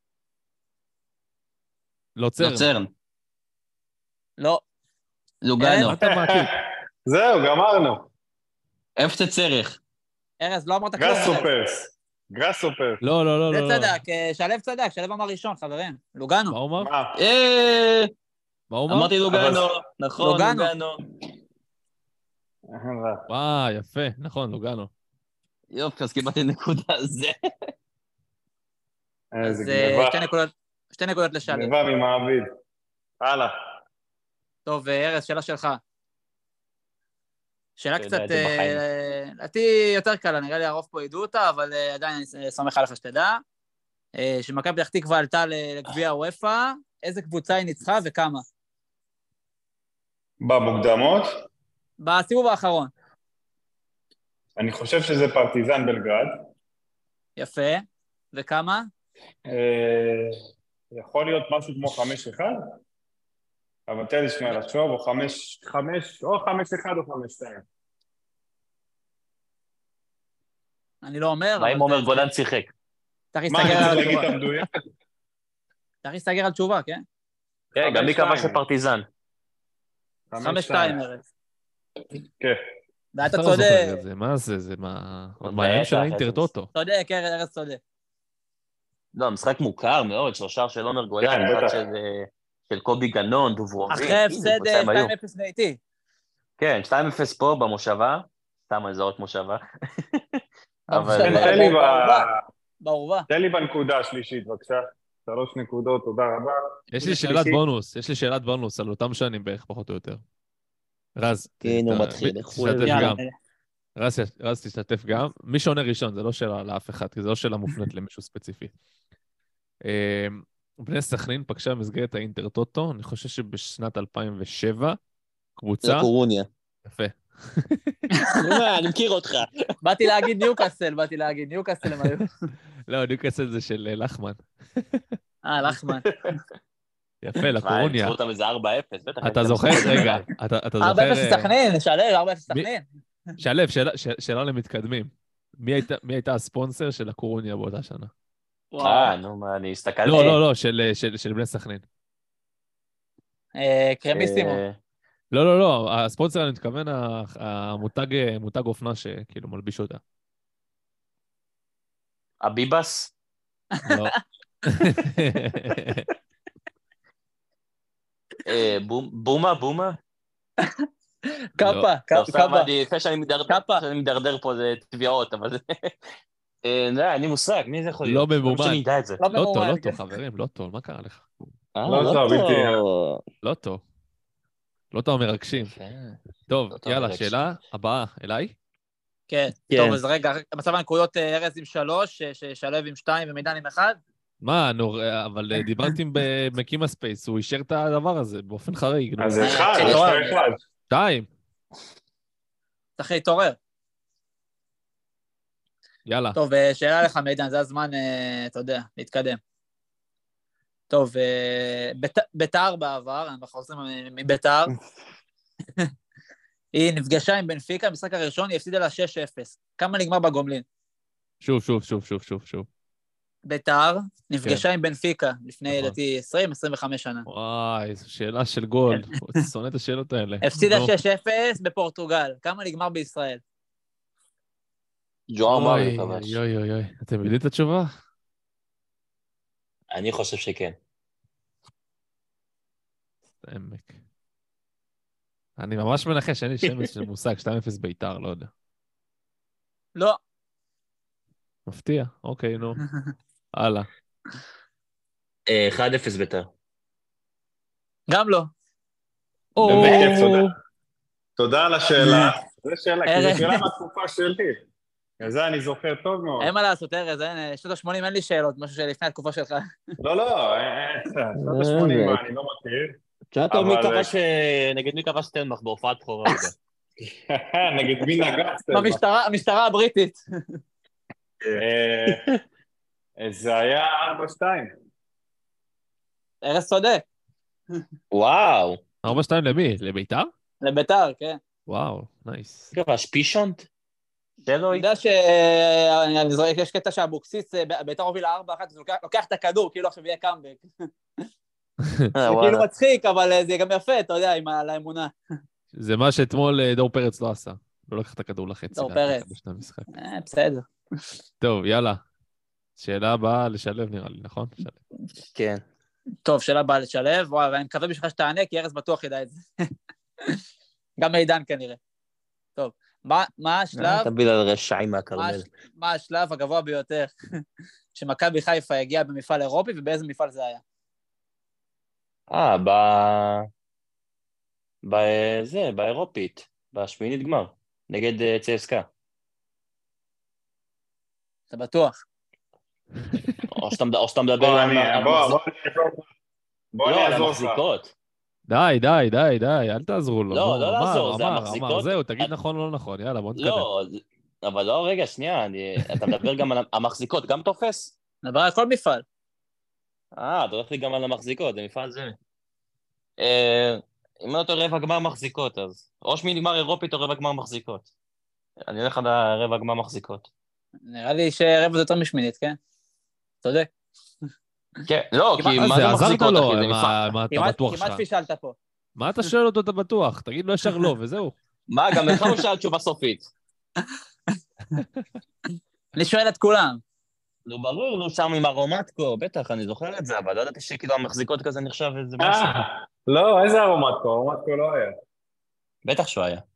לוצרן. לא. לוגנו. זהו, גמרנו. אפצה צריך. ארז, לא אמרת כלום. גראסופרס. לא. זה צדק, שלב אמר ראשון, חברים. לוגנו. מה הוא אמר? מה הוא אמר? אמרתי לוגנו. נכון, לוגנו. וואי, יפה, נכון, לוגנו. יופי, אז קיבלתי נקודה על זה. אז 2 נקודות לשלב. גניבה ממעביד. הלאה. טוב, ארז, שאלה שלך. שאלה קצת, לדעתי יותר קלה, נראה לי הרוב פה ידעו אותה, אבל עדיין אני סומך עליך שתדע. שמכבי פתח תקווה עלתה לגביע הוופא, איזה קבוצה היא ניצחה וכמה? במוקדמות? בסיבוב האחרון. אני חושב שזה פרטיזן בלגרד. יפה. וכמה? יכול להיות משהו כמו 5-1? אבל תן לי שנייה לחשוב, או 5-1 או 5-2. אני לא אומר. מה אם אומר גולן שיחק? צריך להסתגר על תשובה, כן? כן, גם לי קבע שפרטיזן. 5-2, ארז. כן. ואתה צודק. מה זה? זה מה... עוד מעניין של האינטרטוטו. צודק, ארז צודק. לא, משחק מוכר מאוד, שלושה של עומר גולן, של קובי גנון, דוברובין. אחרי הפסד 2-0 ביתי. כן, 2-0 פה במושבה, סתם אני זורק מושבה. תן לי בנקודה השלישית, בבקשה. 3 נקודות, תודה רבה. יש לי שאלת בונוס על אותם שנים בערך, פחות או יותר. רז, תשתתף גם. רז, תשתתף גם. מי שעונה ראשון, זה לא שאלה לאף אחד, כי זה לא שאלה מופנית למישהו ספציפי. בני סכנין פגשה במסגרת האינטרטוטו, אני חושב שבשנת 2007, קבוצה... קורוניה. יפה. אני מכיר אותך. באתי להגיד ניוקאסל הם היו. לא, ניוקאסל זה של לחמן. לחמן. יפה, לקורוניה. ניצחו אותם איזה 4-0, בטח. אתה זוכר, רגע, אתה זוכר... 4-0 סכנין, שלב, 4-0 סכנין. שלב, שאלה למתקדמים. מי הייתה הספונסר של הקורוניה באותה שנה? נו, מה, אני הסתכלתי. לא, של בני סכנין. קרמיסימו. לא, הספונסר, אני מתכוון, המותג אופנה שכאילו מלביש אותה. הביבס? לא. בומה? קאפה. לפני שאני מדרדר פה זה תביעות, אבל זה... לא, אין לי מושג, מי זה יכול לא להיות? ממומן. שאני אדע את זה. לא לוטו, ממומן, לוטו, כן. חברים, לוטו, מה קרה לך? לא טוב, איתי. לוטו. לוטו המרגשים. יפה. טוב, לוטו יאללה, המרגשים. שאלה הבאה, אליי? כן. כן. טוב, אז רגע, מצב הנקודות ארז עם 3, שלב עם 2 ומידן עם 1. מה, אבל דיברתי עם מקים הספייס, הוא אישר את הדבר הזה באופן חריג. נו. אז זה אחד, צריך יש לך להתעורר. אחד. 2, צריך להתעורר. יאללה. טוב, שאלה לך מידן, זה הזמן, אתה יודע, להתקדם. טוב, ביתר בעבר, אנחנו חוזרים מביתר. היא נפגשה עם בנפיקה, המשחק הראשון, היא הפסידה לה 6-0. כמה נגמר בגומלין? שוב. ביתר נפגשה עם בנפיקה לפני, נכון. לדעתי, 20-25 שנה. וואי, זו שאלה של גול. שונא את השאלות האלה. הפסידה נו. 6-0 בפורטוגל. כמה נגמר בישראל? ג'ואר מארי אוי, כבש. אוי. אתם יודעים את התשובה? אני חושב שכן. עמק. אני ממש מנחש, אין לי שמץ של מושג, 2-0 ביתר, לא יודע. לא. מפתיע, אוקיי, נו. הלאה. 1-0 ביתר. גם לא. באמת כיף, תודה על השאלה. זו שאלה, כי זו שאלה מהתקופה שלי. זה אני זוכר טוב מאוד. אין מה לעשות, ארז, שנות ה-80 אין לי שאלות, משהו שלפני התקופה שלך. לא, שנות ה-80 אני לא מכיר. תשאל טוב נגד מי כבש סטנמך בהופעת בכורה. נגד מי נגע? במשטרה הבריטית. זה היה 4-2. ארז צודק. וואו. 4-2 למי? לביתר? לביתר, כן. וואו, נייס. כבש פישונט? אני יודע שיש קטע שהבוקסיס, ביתר הובילה 4-1, אז הוא לוקח את הכדור, כאילו עכשיו יהיה קאמבק. זה כאילו מצחיק, אבל זה גם יפה, אתה יודע, על האמונה. זה מה שאתמול דור פרץ לא עשה. לא לקח את הכדור לחצי. דור פרץ. בסדר. טוב, יאללה. שאלה הבאה לשלב נראה לי, נכון? כן. טוב, שאלה הבאה לשלב. וואי, ואני מקווה בשבילך שתענה, כי ארז בטוח ידע את זה. גם מידן כנראה. טוב, מה השלב... תביל על רשעים מהקרמל. מה השלב הגבוה ביותר שמכבי חיפה הגיעה במפעל אירופי, ובאיזה מפעל זה היה? באירופית, בשמינית גמר, נגד צסקה. אתה בטוח? או שאתה מדבר על המחזיקות. די, אל תעזרו לו. לא לעזור, זה המחזיקות. אמר, זהו, תגיד נכון או לא נכון, יאללה, בוא נתקדם. לא, אבל לא, רגע, שנייה, אתה מדבר גם על המחזיקות, גם תופס? נדבר על כל מפעל. אתה הולך לי גם על המחזיקות, זה מפעל זה. אם לא תראה רבע גמר מחזיקות, אז או שמינית גמר אירופית או רבע גמר מחזיקות. אני הולך על הרבע גמר מחזיקות. נראה לי שרבע זה יותר משמינית, כן? צודק. כן, לא, כי מה זה מחזיקות, אחי? זה מפעל. מה אתה בטוח שלך? כמעט פישלת פה. מה אתה שואל אותו, אתה בטוח? תגיד לו ישר לא, וזהו. מה, גם לך הוא שאל תשובה סופית. אני שואל את כולם. לא ברור, לא שם עם הרומטקו, בטח, אני זוכר את זה, אבל לא ידעתי שכאילו המחזיקות כזה נחשב איזה משהו. לא, איזה הרומטקו? הרומטקו לא היה. בטח שהוא היה.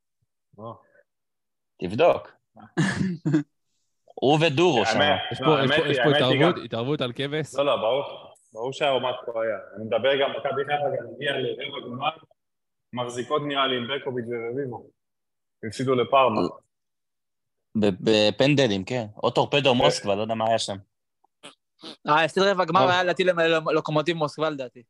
תבדוק. הוא ודורו שם. יש פה התערבות על כבש? לא, ברור שהרומטקו היה. אני מדבר גם, מכבי חיפה גם הגיע לרבע גמר, מחזיקות נראה לי עם ברקוביץ' ורביבו. הפסידו לפארמה. בפנדלים, כן. או טורפדו מוסקבה, לא יודע מה היה שם. הפסיד רבע גמר היה לדעתי ללוקומוטיב מוסקבה, לדעתי.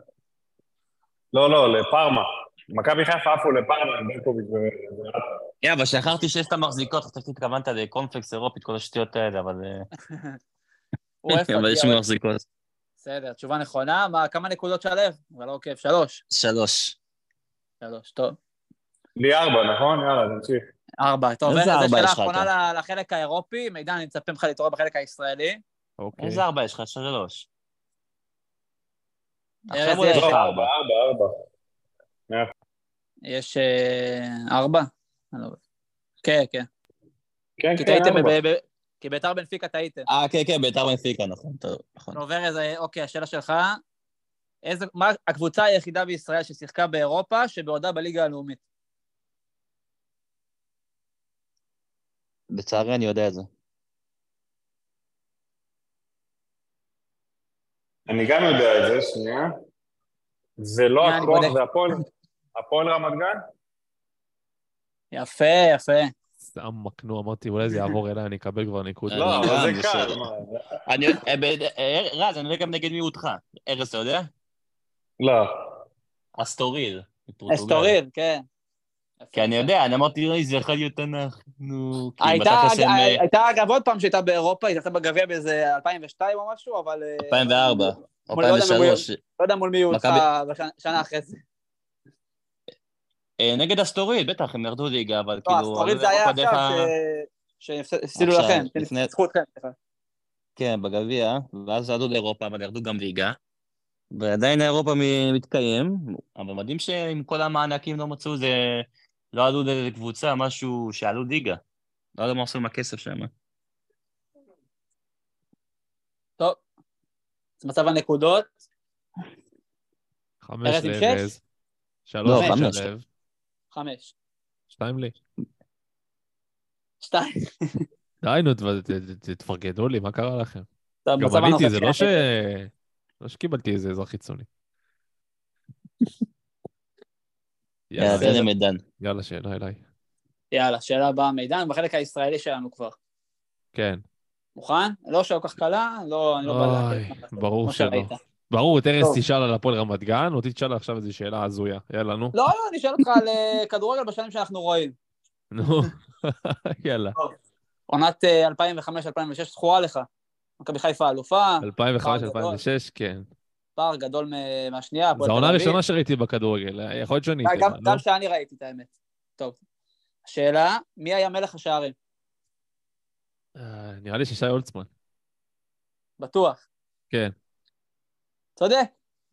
לא, לפארמה. מכבי חיפה עפו לפארמה עם ברקוביץ' ורביבו. אבל שכחתי שיש את המחזיקות, חשבתי התכוונת לקונפלקס אירופית, כל השטויות האלה, אבל יש שם מחזיקות. בסדר, תשובה נכונה. כמה נקודות שלב? אבל אוקיי, 3. 3. טוב. לי 4, נכון? יאללה, תמשיך. 4. טוב, איזה 4 זו שאלה יש לך האחרונה לחלק האירופי. מידן, אני מצפה ממך להתעורר בחלק הישראלי. איזה 4 יש לך? 3. עכשיו עכשיו יש לך 4. יש 4? כן. כן, כי טעיתם 4. כי ביתר בנפיקה טעיתם. כן, ביתר בנפיקה, נכון. טוב, ארז, אוקיי, השאלה שלך. מה הקבוצה היחידה בישראל ששיחקה באירופה שבעודה בליגה הלאומית? בצערי אני יודע את זה. אני גם יודע את זה, שנייה. זה לא אני הכוח, בודק. זה הפועל רמת גן? יפה, יפה. סתם מקנו, אמרתי, אולי זה יעבור אליי, אני אקבל כבר ניקוד. לא, אבל גם, זה זה קל. בסדר. מה? רז, אני יודע גם נגד מי הוא אותך. ארז, אתה יודע? לא. אסטוריל, מפורטוגל. אסטוריל, כן. כי אני יודע, אני אמרתי, אוי, זה יכול להיות תנ"ך. נו, כי הייתה, בתכלס הם... הייתה אגב עוד פעם שהייתה באירופה, היא הייתה בגביע באיזה 2002 או משהו, אבל... 2004, לא יודע 2003. לא יודע מול מי הוא מכבי- הוצחה בשנה אחרי זה. נגד אסטוריל, בטח, הם ירדו ליגה, אבל לא, כאילו... אסטוריל זה היה עכשיו שהפסידו עכשיו, לכם, לפני- ניצחו אתכם. כן, בגביע, ואז עלו לאירופה, אבל ירדו גם ליגה. ועדיין אירופה מתקיים, אבל מדהים שעם כל המענקים לא מצאו, זה לא עלו לקבוצה, משהו שעלו ליגה. לא יודע מה עשו עם הכסף שם. טוב, אז מצב הנקודות, 5 ארז עם לארז, שש? 3 לא, לשלב, 5, 2 לי. 2. די, נו, תפרגנו לי, מה קרה לכם? טוב, גם מצב עליתי, הנוכחי. זה לא שקיבלתי איזה עזרה חיצוני. יאללה, תן להם את דן. יאללה, שאלה אליי. יאללה, שאלה הבאה, מידן, בחלק הישראלי שלנו כבר. כן. מוכן? לא שאלה כל כך קלה, לא, אני לא בא אוי, להקל. ברור כמו שלא. שראית. ברור, את ארז טוב. תשאל על הפועל רמת גן, אותי תשאל עכשיו איזו שאלה הזויה. יאללה, נו. לא, אני אשאל אותך על כדורגל בשנים שאנחנו רואים. נו, יאללה. עונת 2005-2006 זכורה לך. מכבי חיפה אלופה, 2005-2006, כן. פער גדול מהשנייה. הפועל זו העונה תל אביב. הראשונה שראיתי בכדורגל, יכול להיות שאני גם שאני ראיתי את האמת. טוב. השאלה, מי היה מלך השערים? נראה לי ששי אולצמן. בטוח. כן. צודק.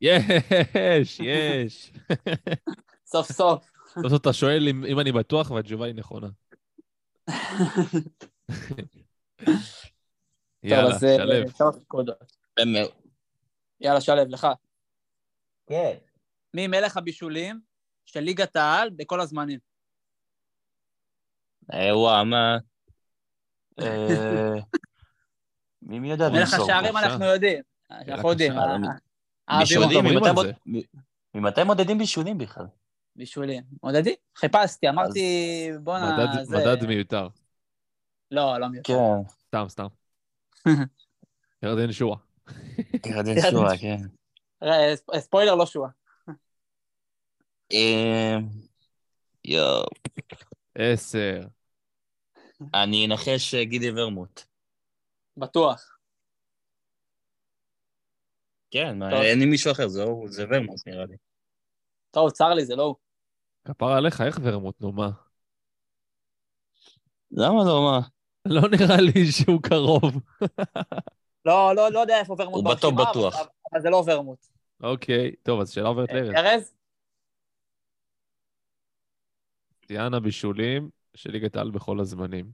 יש. סוף סוף. בסוף אתה שואל אם אני בטוח, והתשובה היא נכונה. יאללה, שלב. יאללה, שלב, לך. כן. מי מלך הבישולים של ליגת העל בכל הזמנים? וואו, מה... מי יודע? מלך השערים אנחנו יודעים. אנחנו יודעים. בישולים, מדברים על זה. ממתי מודדים בישולים בכלל? בישולים. מודדים? חיפשתי, אמרתי, בוא'נה, זה... מדד מיותר. לא מיותר. כן. סתם. ירדן שועה. ירדן שועה, כן. ספוילר לא שועה. יואו. 10. אני אנחש גידי ורמוט. בטוח. כן, אין לי מישהו אחר, זה ורמוט נראה לי. טוב, צר לי, זה לא הוא. כפרה עליך, איך ורמוט, נו מה? למה לא, מה? לא נראה לי שהוא קרוב. לא יודע איפה ורמוט הוא ברשימה, בטוח. אבל זה לא ורמוט. אוקיי, טוב, אז שאלה עוברת לארז. ארז? שיאן הבישולים של ליגת העל בכל הזמנים.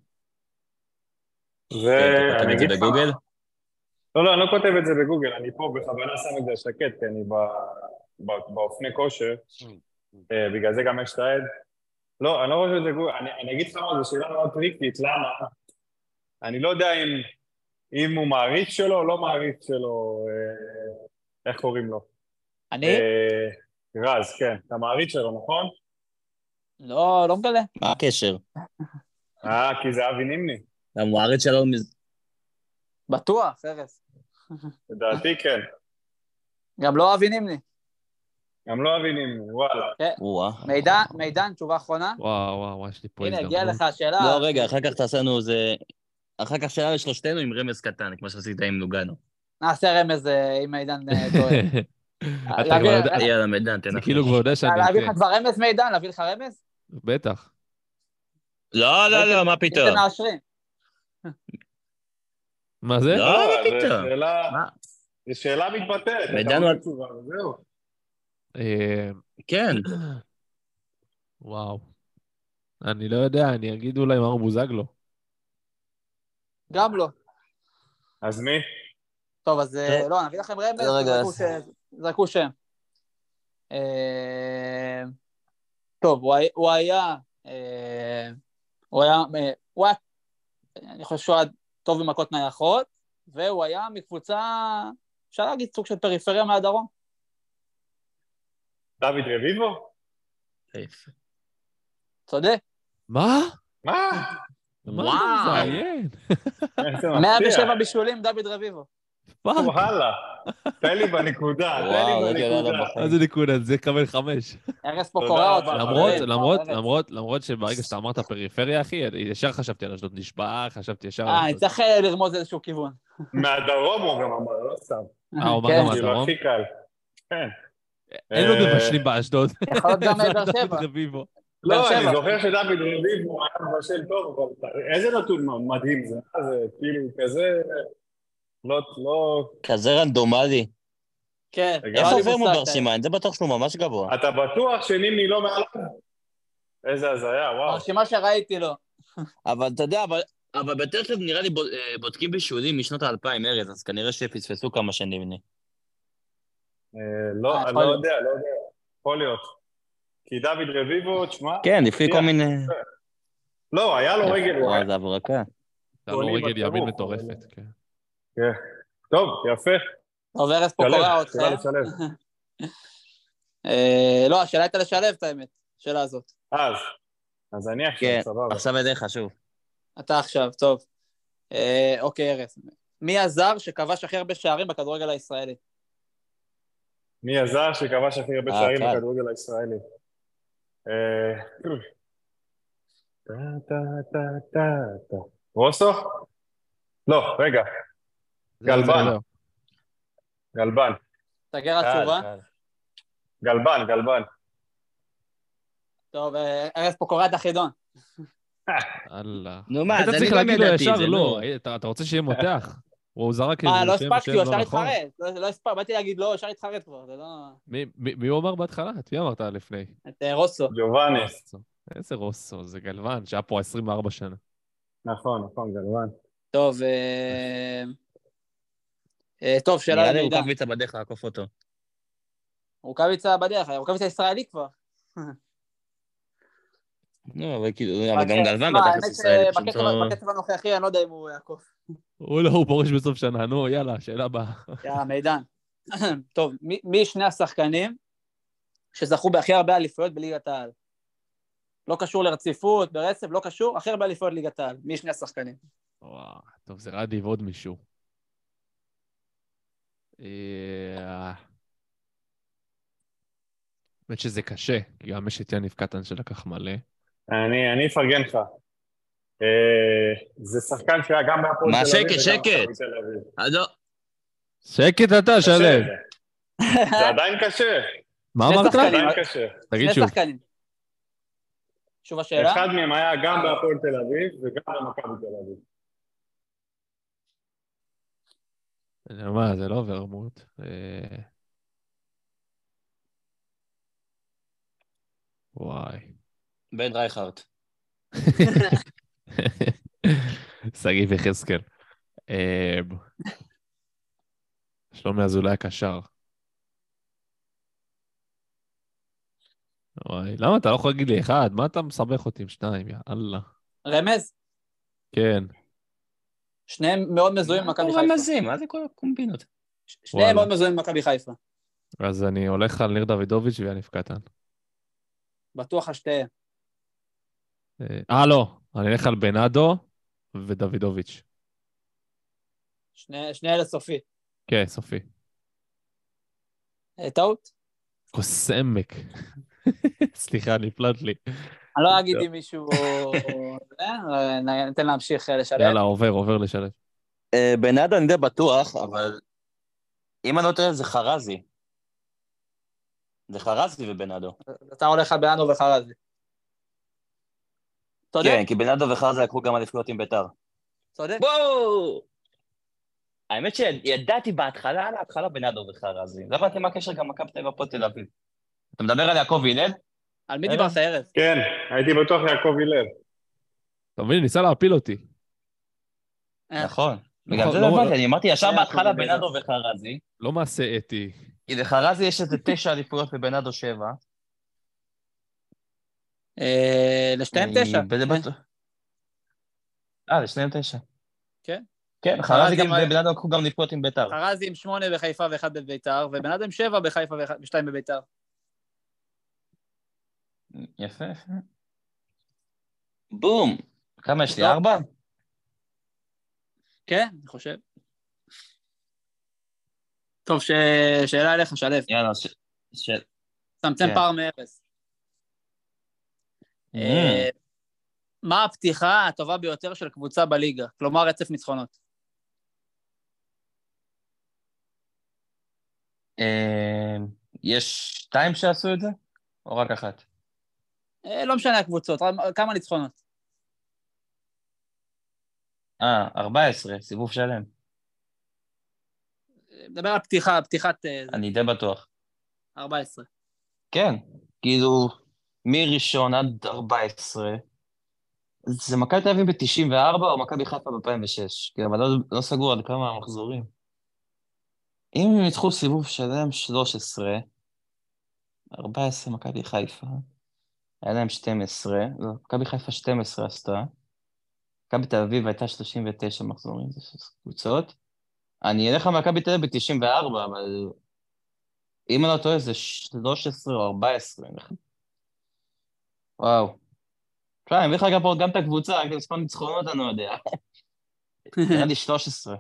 ואני אגיד לך... בגוגל? לא, אני לא כותב את זה בגוגל, אני פה בכוונה שם את זה שקט, כי אני באופני כושר, בגלל זה גם יש את העד. לא, אני לא חושב שזה גוגל, אני אגיד לך מה, זו שאלה מאוד טריקית, למה? אני לא יודע אם הוא מעריץ שלו או לא מעריץ שלו, איך קוראים לו? אני? רז, כן, אתה מעריץ שלו, נכון? לא מגלה. מה הקשר? כי זה אבי נימני. המוערת שלו... בטוח, ארז. לדעתי כן. גם לא אבי נימני. גם לא אבי נימני, וואלה. מידן, תשובה אחרונה. וואו, יש לי פה הנה, הזדמנות. הגיע לך השאלה. לא, רגע, אחר כך תעשינו זה... אחר כך שאלה לשלושתנו עם רמז קטן, כמו שעשית עם נוגנו. נעשה רמז עם מידן טועה. אתה כבר יודע, יאללה, מידן, תנחש. זה כאילו כבר יודע שאני... להביא לך כבר רמז מידן? להביא לך רמז? בטח. לא, מה פתאום? אם אתם מאשרים. מה זה? לא, מה פתאום? זו שאלה מתבטאת. מידן הוא... זהו. כן. וואו. אני לא יודע, אני אגיד אולי מר בוזגלו. גם לא. אז מי? טוב, אז לא, נביא לכם רמז, זרקו שם. טוב, הוא היה, אני חושב שהוא היה טוב במכות נייחות, והוא היה מקבוצה אפשר להגיד סוג של פריפריה מהדרום. דוד רביבו? יפה. צודק. מה? מה? מה אתה מזיין? איזה 107 מפתיע. בישולים, דוד רביבו. פאק. וואלה. תן לי בנקודה, תן וואו, לי לא יודע בנקודה. עליו בחיים. איזה נקודה, זה קבל 5. ארז פה תודה קורא רבה. אותך. למרות שברגע שאתה אמרת פריפריה, אחי, ישר חשבתי על אשדוד נשבע, חשבתי ישר על אני אשדוד. צריך לרמוז איזשהו כיוון. מהדרום הוא גם אמר, לא סתם. הוא אמר כן. גם כאילו, מהדרום? הכי קל. כן. אין לו מבשלים באשדוד. יכול להיות גם זה באר דוד שבע. רביבו. לא, באר אני שבע. זוכר שדוד רביבו היה מבשל טוב, אבל איזה נתון מדהים זה. זה כאילו כזה... לא... כזה רנדומלי. כן. איך איך לא לי עובר מושג, מובר סימן? זה בטוח שהוא ממש גבוה. אתה בטוח שנימני לא מעליו? איזה הזיה, וואו. ברשימה שראיתי לו. אבל אתה יודע, אבל בדרך כלל נראה לי בודקים בישולים משנות ה-2000, ארז, אז כנראה שפספסו כמה שנים נבנה. לא, אני יכול לא להיות. יודע. יכול להיות. כי דוד רביבו, תשמע... כן, לפי כל מיני... לא, היה לו רגל... וואו, זה הברקה. היה לו רגל ימין מטורפת, כן. כן. טוב, יפה. טוב, ארז פה קורא אותך. שאלה לשלב. לא, השאלה הייתה לשלב את האמת. השאלה הזאת. אז אני עכשיו, כן, סבבה. עכשיו ידיך, שוב. אתה עכשיו, טוב. אוקיי, ארז. מי הזר שכבש הכי הרבה שערים בכדורגל הישראלי? מי הזר שכבש הכי הרבה שערים קל. בכדורגל הישראלי? רוסו? לא, רגע. גלבן. גלבן. תגר התשובה. גלבן. טוב, ארז פה קורא את החידון. אללה. נו מה, היית אז אני צריך גם להגיד לו ידעתי ישר את זה, לא. נו. אתה רוצה שיהיה מותח? הוא זרק מה, לא איזה הספקתי, הוא שם ישר לא נכון. התחרט. לא הספקתי, באתי להגיד לא, ישר התחרט כבר, זה לא... מי הוא אמר בהתחלה? את מי אמרת לפני? את רוסו. ג'ובאני. רוסו. איזה רוסו? זה גלוון, שהיה פה 24 שנה. נכון, גלבן. טוב, טוב, שאלה נראה לי למידע. רוקאביצה בדרך לעקוף אותו. רוקאביצה בדרך, רוקאביצה ישראלי כבר. נו, אבל כאילו, אבל גם גלוון מה, בטח האמת ישראלי. פשוט לא- שבקצב הנוכחי אני לא יודע אם הוא יעקוף. הוא פורש בסוף שנה, נו, יאללה, שאלה הבאה. יאללה, מידן. טוב, מי שני השחקנים שזכו בהכי הרבה אליפויות בליגת העל? לא קשור לרציפות, ברצף, לא קשור, הכי הרבה אליפויות ליגת העל. מי שני השחקנים? וואו, טוב, זה רדי ועוד מישהו. באמת שזה קשה, כי גם יש את יניב קטן שלקח מלא. אני אפרגן לך. זה שחקן שהיה גם בהפועל מה, תל אביב שקט, וגם שקט. במכבי תל אביב. אז לא. שקט אתה, קשה שלם. זה. זה עדיין קשה. מה שני אמרת? שחקנים. עדיין קשה. תגיד שני שוב. שחקנים. שוב השאלה? אחד מהם היה גם בהפועל תל אביב וגם במכבי תל אביב. אני אומר, זה לא ורמוט. וואי. בן רייכרט. שגיב יחזקאל. שלומי אזולאי הקשר. וואי, למה אתה לא יכול להגיד לי אחד? מה אתה מסבך אותי עם שניים, יאללה. רמז? כן. שניהם מאוד מזוהים עם מכבי חיפה. רמזים, מה זה כל הקומבינות? שניהם מאוד מזוהים עם מכבי חיפה. אז אני הולך על ניר דוידוביץ' ויניב קטן. בטוח על שתיהם. לא. אני אלך על בנאדו ודוידוביץ'. שני אלה סופי. כן, סופי. טעות? קוסמק. סליחה, נפלט לי. אני לא אגיד אם מישהו... ניתן להמשיך לשלב. יאללה, עובר לשלב. בנאדו אני די בטוח, אבל אם אני לא טועה זה חרזי. זה חרזי ובנאדו. אתה הולך על בנאדו וחרזי. צודק? כן, כי בנאדו וחרזי לקחו גם אליפויות עם ביתר. צודק? וואו! האמת שידעתי בהתחלה, על ההתחלה בנאדו וחרזי. לא הבנתי מה הקשר גם מכבי תל אביב והפועל תל אביב. אתה מדבר על יעקב הלל? על מי דיברת ארז? כן, הייתי בטוח יעקב הלל. אתה מבין, ניסה להפיל אותי. נכון. בגלל זה לא- לא הבנתי, אני אמרתי ישר זה בהתחלה יעקב הלל. בנאדו וחרזי. לא מעשה אתי. כי לחרזי יש איזה 9 אליפויות ובנאדו 7. לשתיהם 9. לשניהם 9. כן. כן, חרזי גם ובן אדם לקחו גם נפקות עם ביתר. חרזי עם 8 בחיפה ו1 בביתר, ובן אדם עם 7 בחיפה ו2 בביתר. יפה, יפה. בום! כמה יש לי? טוב. 4? כן, אני חושב. טוב, שאלה אליך, שלב. יאללה, צמצם כן. פער מאפס. מה הפתיחה הטובה ביותר של קבוצה בליגה? כלומר, רצף ניצחונות. יש 2 שעשו את זה? או רק 1? לא משנה הקבוצות, כמה ניצחונות? 14, סיבוב שלם. מדבר על פתיחת... אני די בטוח. 14. כן, כאילו, מראשון עד 14, זה מכבי תל אביב ב-94 או מכבי חיפה ב-2006, כן, אבל לא סגור עד כמה המחזורים. אם הם ניצחו סיבוב שלם 13, 14 מכבי חיפה, היה להם 12, לא, מכבי חיפה 12 עשתה, מכבי תל אביב הייתה 39 מחזורים, זה קבוצות. אני אלך למכבי תל אביב ב-94, אבל אם אני לא טועה זה 13 או 14. וואו. אני מביא לך גם את הקבוצה, רק מספר ניצחונות אני לא יודע. נראה לי 13.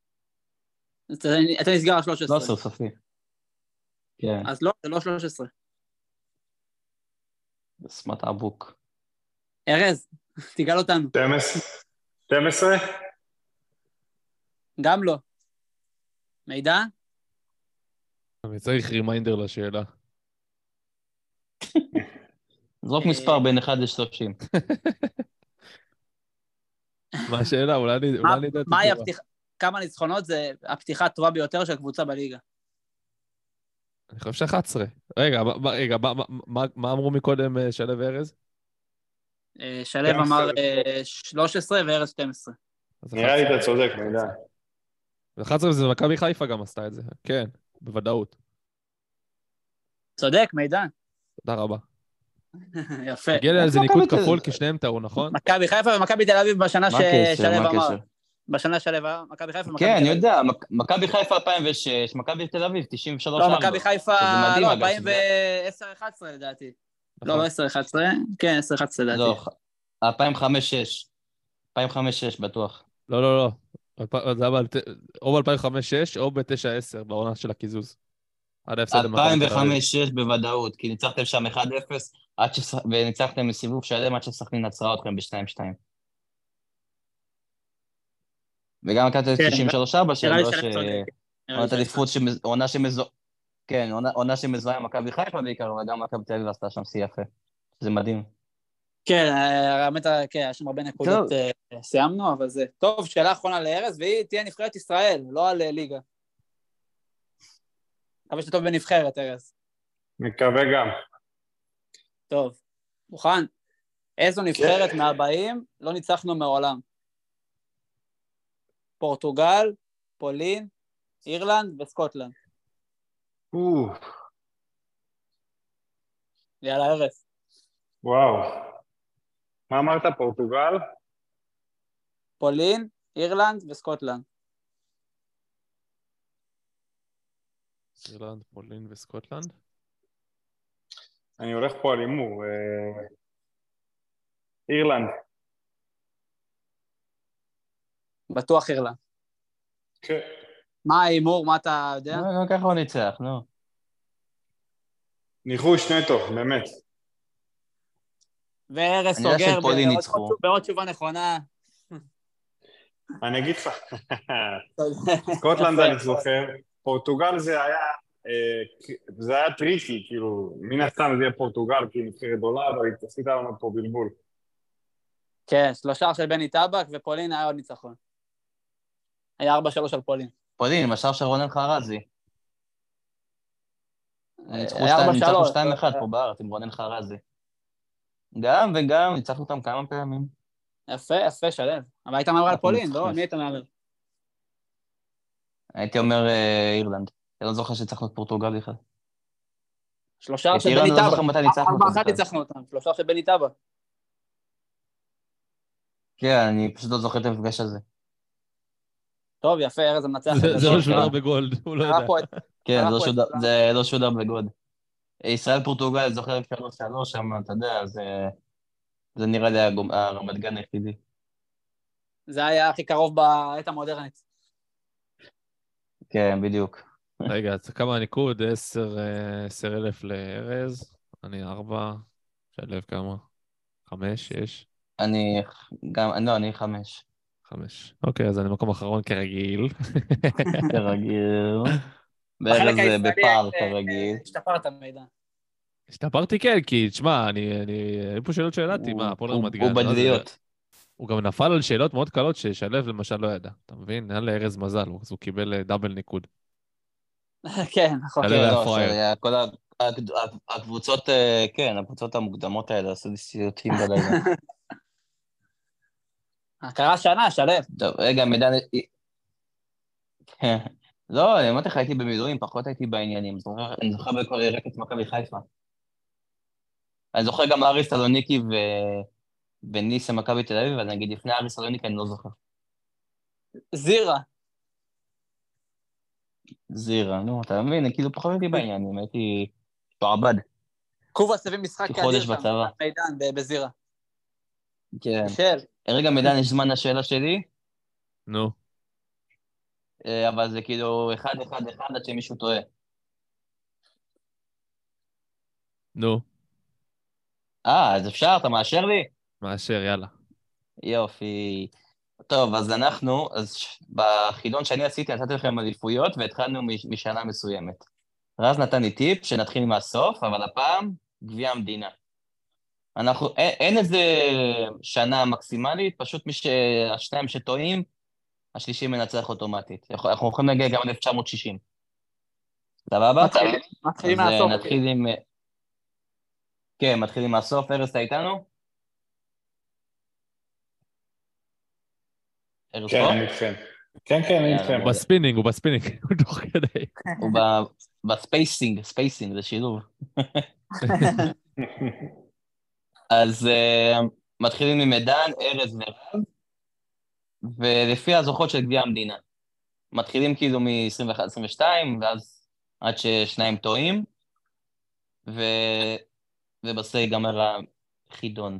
אתה נסגר על 13. 13 סופי. כן. אז לא, זה לא 13. זה סמת אבוק. ארז, תיגל אותנו. 12? גם לא. מידע? אני צריך רימיינדר לשאלה. זרוק מספר בין 1 ל-30. מה השאלה? אולי אני יודע את מהי התשובה. כמה ניצחונות זה הפתיחה הטובה ביותר של קבוצה בליגה? אני חושב ש11. רגע, מה אמרו מקודם שלב וארז? שלב אמר 13 וארז 12. נראה לי אתה צודק, מידע. ו11 זה מכבי חיפה גם עשתה את זה. כן, בוודאות. צודק, מידע. תודה רבה. יפה. הגיע לי על זה ניקוד כפול, כי שניהם טעו, נכון? מכבי חיפה ומכבי תל אביב בשנה ששלב אמר. הקשר? בשנה שלב, מכבי חיפה ומכבי כן, תל אני אביב. יודע, מכבי חיפה 2006, מכבי תל אביב 93-4. לא, מכבי חיפה, שזה מדהים, לא, אגב, 2010-11 לדעתי. נכון. לא 10-11, כן, 10-11 לדעתי. לא, 2005-6. 2005-6 בטוח. לא. זה היה או ב-2005-2006 או ב-2009-2010, בעונה של הקיזוז. עד ההפסד למכבי תל אביב. 2005-2006 בוודאות, כי ניצחתם שם 1-0, וניצחתם מסיבוב שלם עד שסכנין עצרה אתכם ב-2-2. וגם מכבי 93-4, עונה שמזוהה עם מכבי חיפה בעיקר, אבל גם מכבי תל אביב עשתה שם שיא יפה. זה מדהים. כן, האמת, כן, יש שם הרבה נקודות, סיימנו, אבל זה טוב. שאלה אחרונה לארז, והיא תהיה נבחרת ישראל, לא על ליגה. מקווה שאתה טוב בנבחרת, ארז. מקווה גם. טוב, מוכן? איזו נבחרת מהבאים לא ניצחנו מעולם? פורטוגל, פולין, אירלנד וסקוטלנד. יאללה, ארז. וואו. מה אמרת, פורטוגל? פולין, אירלנד וסקוטלנד. אירלנד, פולין וסקוטלנד? אני הולך פה על הימור. אירלנד. בטוח אירלנד. כן. מה ההימור? מה אתה יודע? לא, ככה הוא ניצח, נו. ניחוש נטו, באמת. וארז אני יודע סוגר שפולין ניצחו. בעוד תשובה נכונה. אני אגיד לך, סקוטלנד אני זוכר, פורטוגל זה היה טריקי, כאילו, מן הסתם זה יהיה פורטוגל, כי נבחרת גדולה, אבל התעשית לנו פה בלבול. כן, 3 של בני טבק, ופולין היה עוד ניצחון. היה 4-3 על פולין. פולין, משל של רונן חרזי. ניצחו 2-1 פה בארץ עם רונן חרזי. גם וגם, ניצחנו אותם כמה פעמים. יפה, שלב. אבל היית מאמר על פולין, לא? מי היית מאמר? הייתי אומר אירלנד. אני לא זוכר שניצחנו את פורטוגל בכלל. 3 של בני אירלנד לא זוכר מתי ניצחנו אותם. 4-1 ניצחנו אותם, 3 של בני טבק. כן, אני פשוט לא זוכר את המפגש הזה. טוב, יפה, ארז המנצח. זה לא שודר בגולד, הוא לא יודע. כן, זה לא שודר בגולד. ישראל פורטוגל, זוכר 3-3 שם, אתה יודע, זה נראה לי הרמת גן היחידי. זה היה הכי קרוב בעת המודרנית. כן, בדיוק. רגע, אז כמה הניקוד? 10,000 לארז, אני 4, שלב כמה? 5, 6? אני 5. 5. אוקיי, אז אני מקום אחרון כרגיל. כרגיל. בחלק בארז הישראלי בפער כרגיל. השתפרת מידע. השתפרתי כן, כי תשמע, היו פה שאלות שידעתי, מה, הפועל רמת גן. הוא בדליות. הוא גם נפל על שאלות מאוד קלות ששלב למשל לא ידע. אתה מבין? היה לארז מזל, אז הוא קיבל דאבל ניקוד. כן, נכון. שלב היה פרייר. כל הקבוצות, כן, הקבוצות המוקדמות האלה עשו לי סיוטים בלילה. קרה שנה, שלב. טוב, רגע, מידע... לא, אני אמרתי לך, הייתי במילואים, פחות הייתי בעניינים. אני זוכר בכל רק את מכבי חיפה. אני זוכר גם אריס סלוניקי וניסה מכבי תל אביב, אבל נגיד לפני אריס סלוניקי אני לא זוכר. זירה, נו, אתה מבין? אני כאילו פחות הייתי בעניינים, הייתי שועבד. קובה סביב משחק חודש בצבא. מידן בזירה. כן. של. רגע, מידן, יש זמן לשאלה שלי? נו. אבל זה כאילו 1-1-1 עד שמישהו טועה. נו. אז אפשר, אתה מאשר לי? מאשר, יאללה. יופי. טוב, אז בחידון שאני עשיתי, נתתי לכם אליפויות, והתחלנו משנה מסוימת. רז נתן לי טיפ שנתחיל מהסוף, אבל הפעם גביע המדינה. אין איזה שנה מקסימלית, פשוט השניים שטועים, השלישי מנצח אוטומטית. אנחנו יכולים להגיע גם 1960. סבבה? מתחילים מהסוף. כן, מתחילים מהסוף. ארז, אתה איתנו? ארז פה? כן, אני איתכם. הוא בספינינג, הוא תוך כדי. הוא בספייסינג, זה שילוב. אז מתחילים עם מידן, ארז ורז, ולפי הזוכות של גביע המדינה. מתחילים כאילו מ-21-22, ואז עד ששניים טועים, ובסוף ייגמר החידון.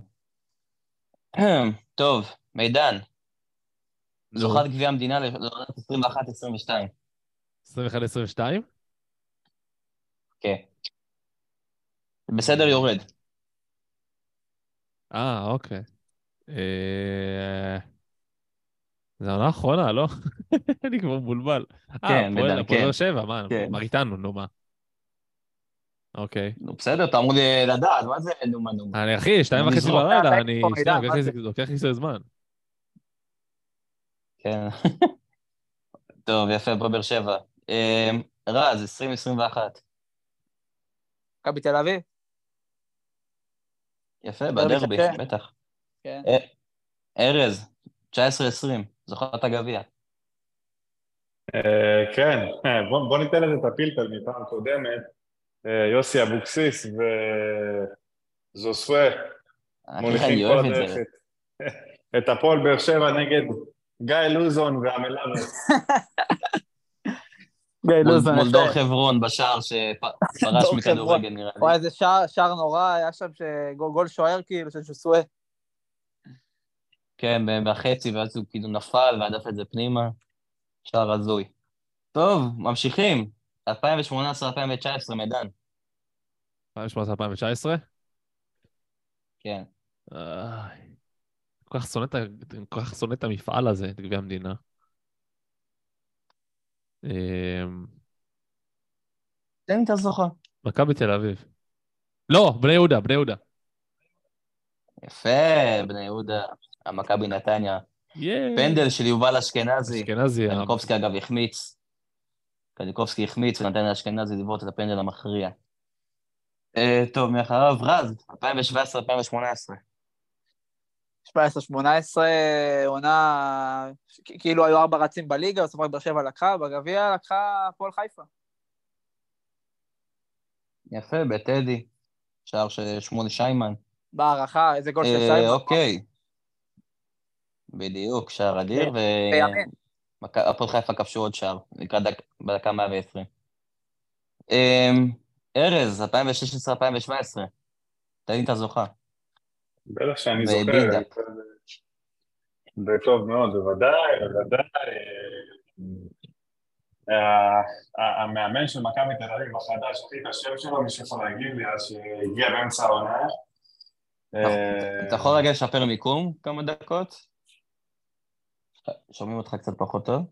טוב, מידן. זוכת גביע המדינה לעונת 21-22. 21-22? כן. בסדר יורד. אוקיי. זה העונה האחרונה, לא? אני כבר מבולבל. כן, בדן, כן. הפועל 7, מה? כן. מריטנו, נו מה. אוקיי. נו, בסדר, אתה אמור לדעת, מה זה נו מה? אני אחי, 2:30 בלילה, אני לוקח לי זמן. כן. טוב, יפה, פה באר שבע. רז, 2021. מכבי תל אביב. יפה, בדרבי, בטח. כן. ארז, 19-20, זוכרת הגביע. כן, בוא ניתן לזה את הפילטל מפעם קודמת. יוסי אבוקסיס וזוסווה מוליכים כל הדרך את הפועל באר שבע נגד גיא לוזון והמלאבס. מול דור חברון בשער שפרש מכדורגל נראה לי. וואי, איזה שער נורא, היה שם גול שוער כאילו של שוסווה. כן, בחצי, ואז הוא כאילו נפל והדף את זה פנימה. שער הזוי. טוב, ממשיכים. 2018-2019, מידן. 2018-2019? כן. כל כך שונא את המפעל הזה, את גביע המדינה. תן לי את הזוכה. מכבי תל אביב. לא, בני יהודה. יפה, בני יהודה. המכבי נתניה. פנדל של יובל אשכנזי. קניקובסקי אגב החמיץ. קניקובסקי החמיץ ונתן לאשכנזי לבעוט את הפנדל המכריע. טוב, מאחריו רז, 2017-2018. 17-18, עונה, כאילו היו 4 רצים בליגה, בסופו באר שבע לקחה, בגביע לקחה הפועל חיפה. יפה, בטדי, שער של 8 שיימן. בהערכה, איזה גול של שיימן. אוקיי. בדיוק, שער אדיר, הפועל חיפה כבשו עוד שער, בדקה 120. ארז, 2016-2017, תן לי את הזוכה. בטח שאני זוכר. ובידה. זה טוב מאוד, בוודאי. המאמן של מכבי תל אביב החדש, הכי את השם שלו, מי שיכול להגיד לי, אז שהגיע באמצע העונה. אתה יכול רגע לשפר מיקום כמה דקות? שומעים אותך קצת פחות טוב?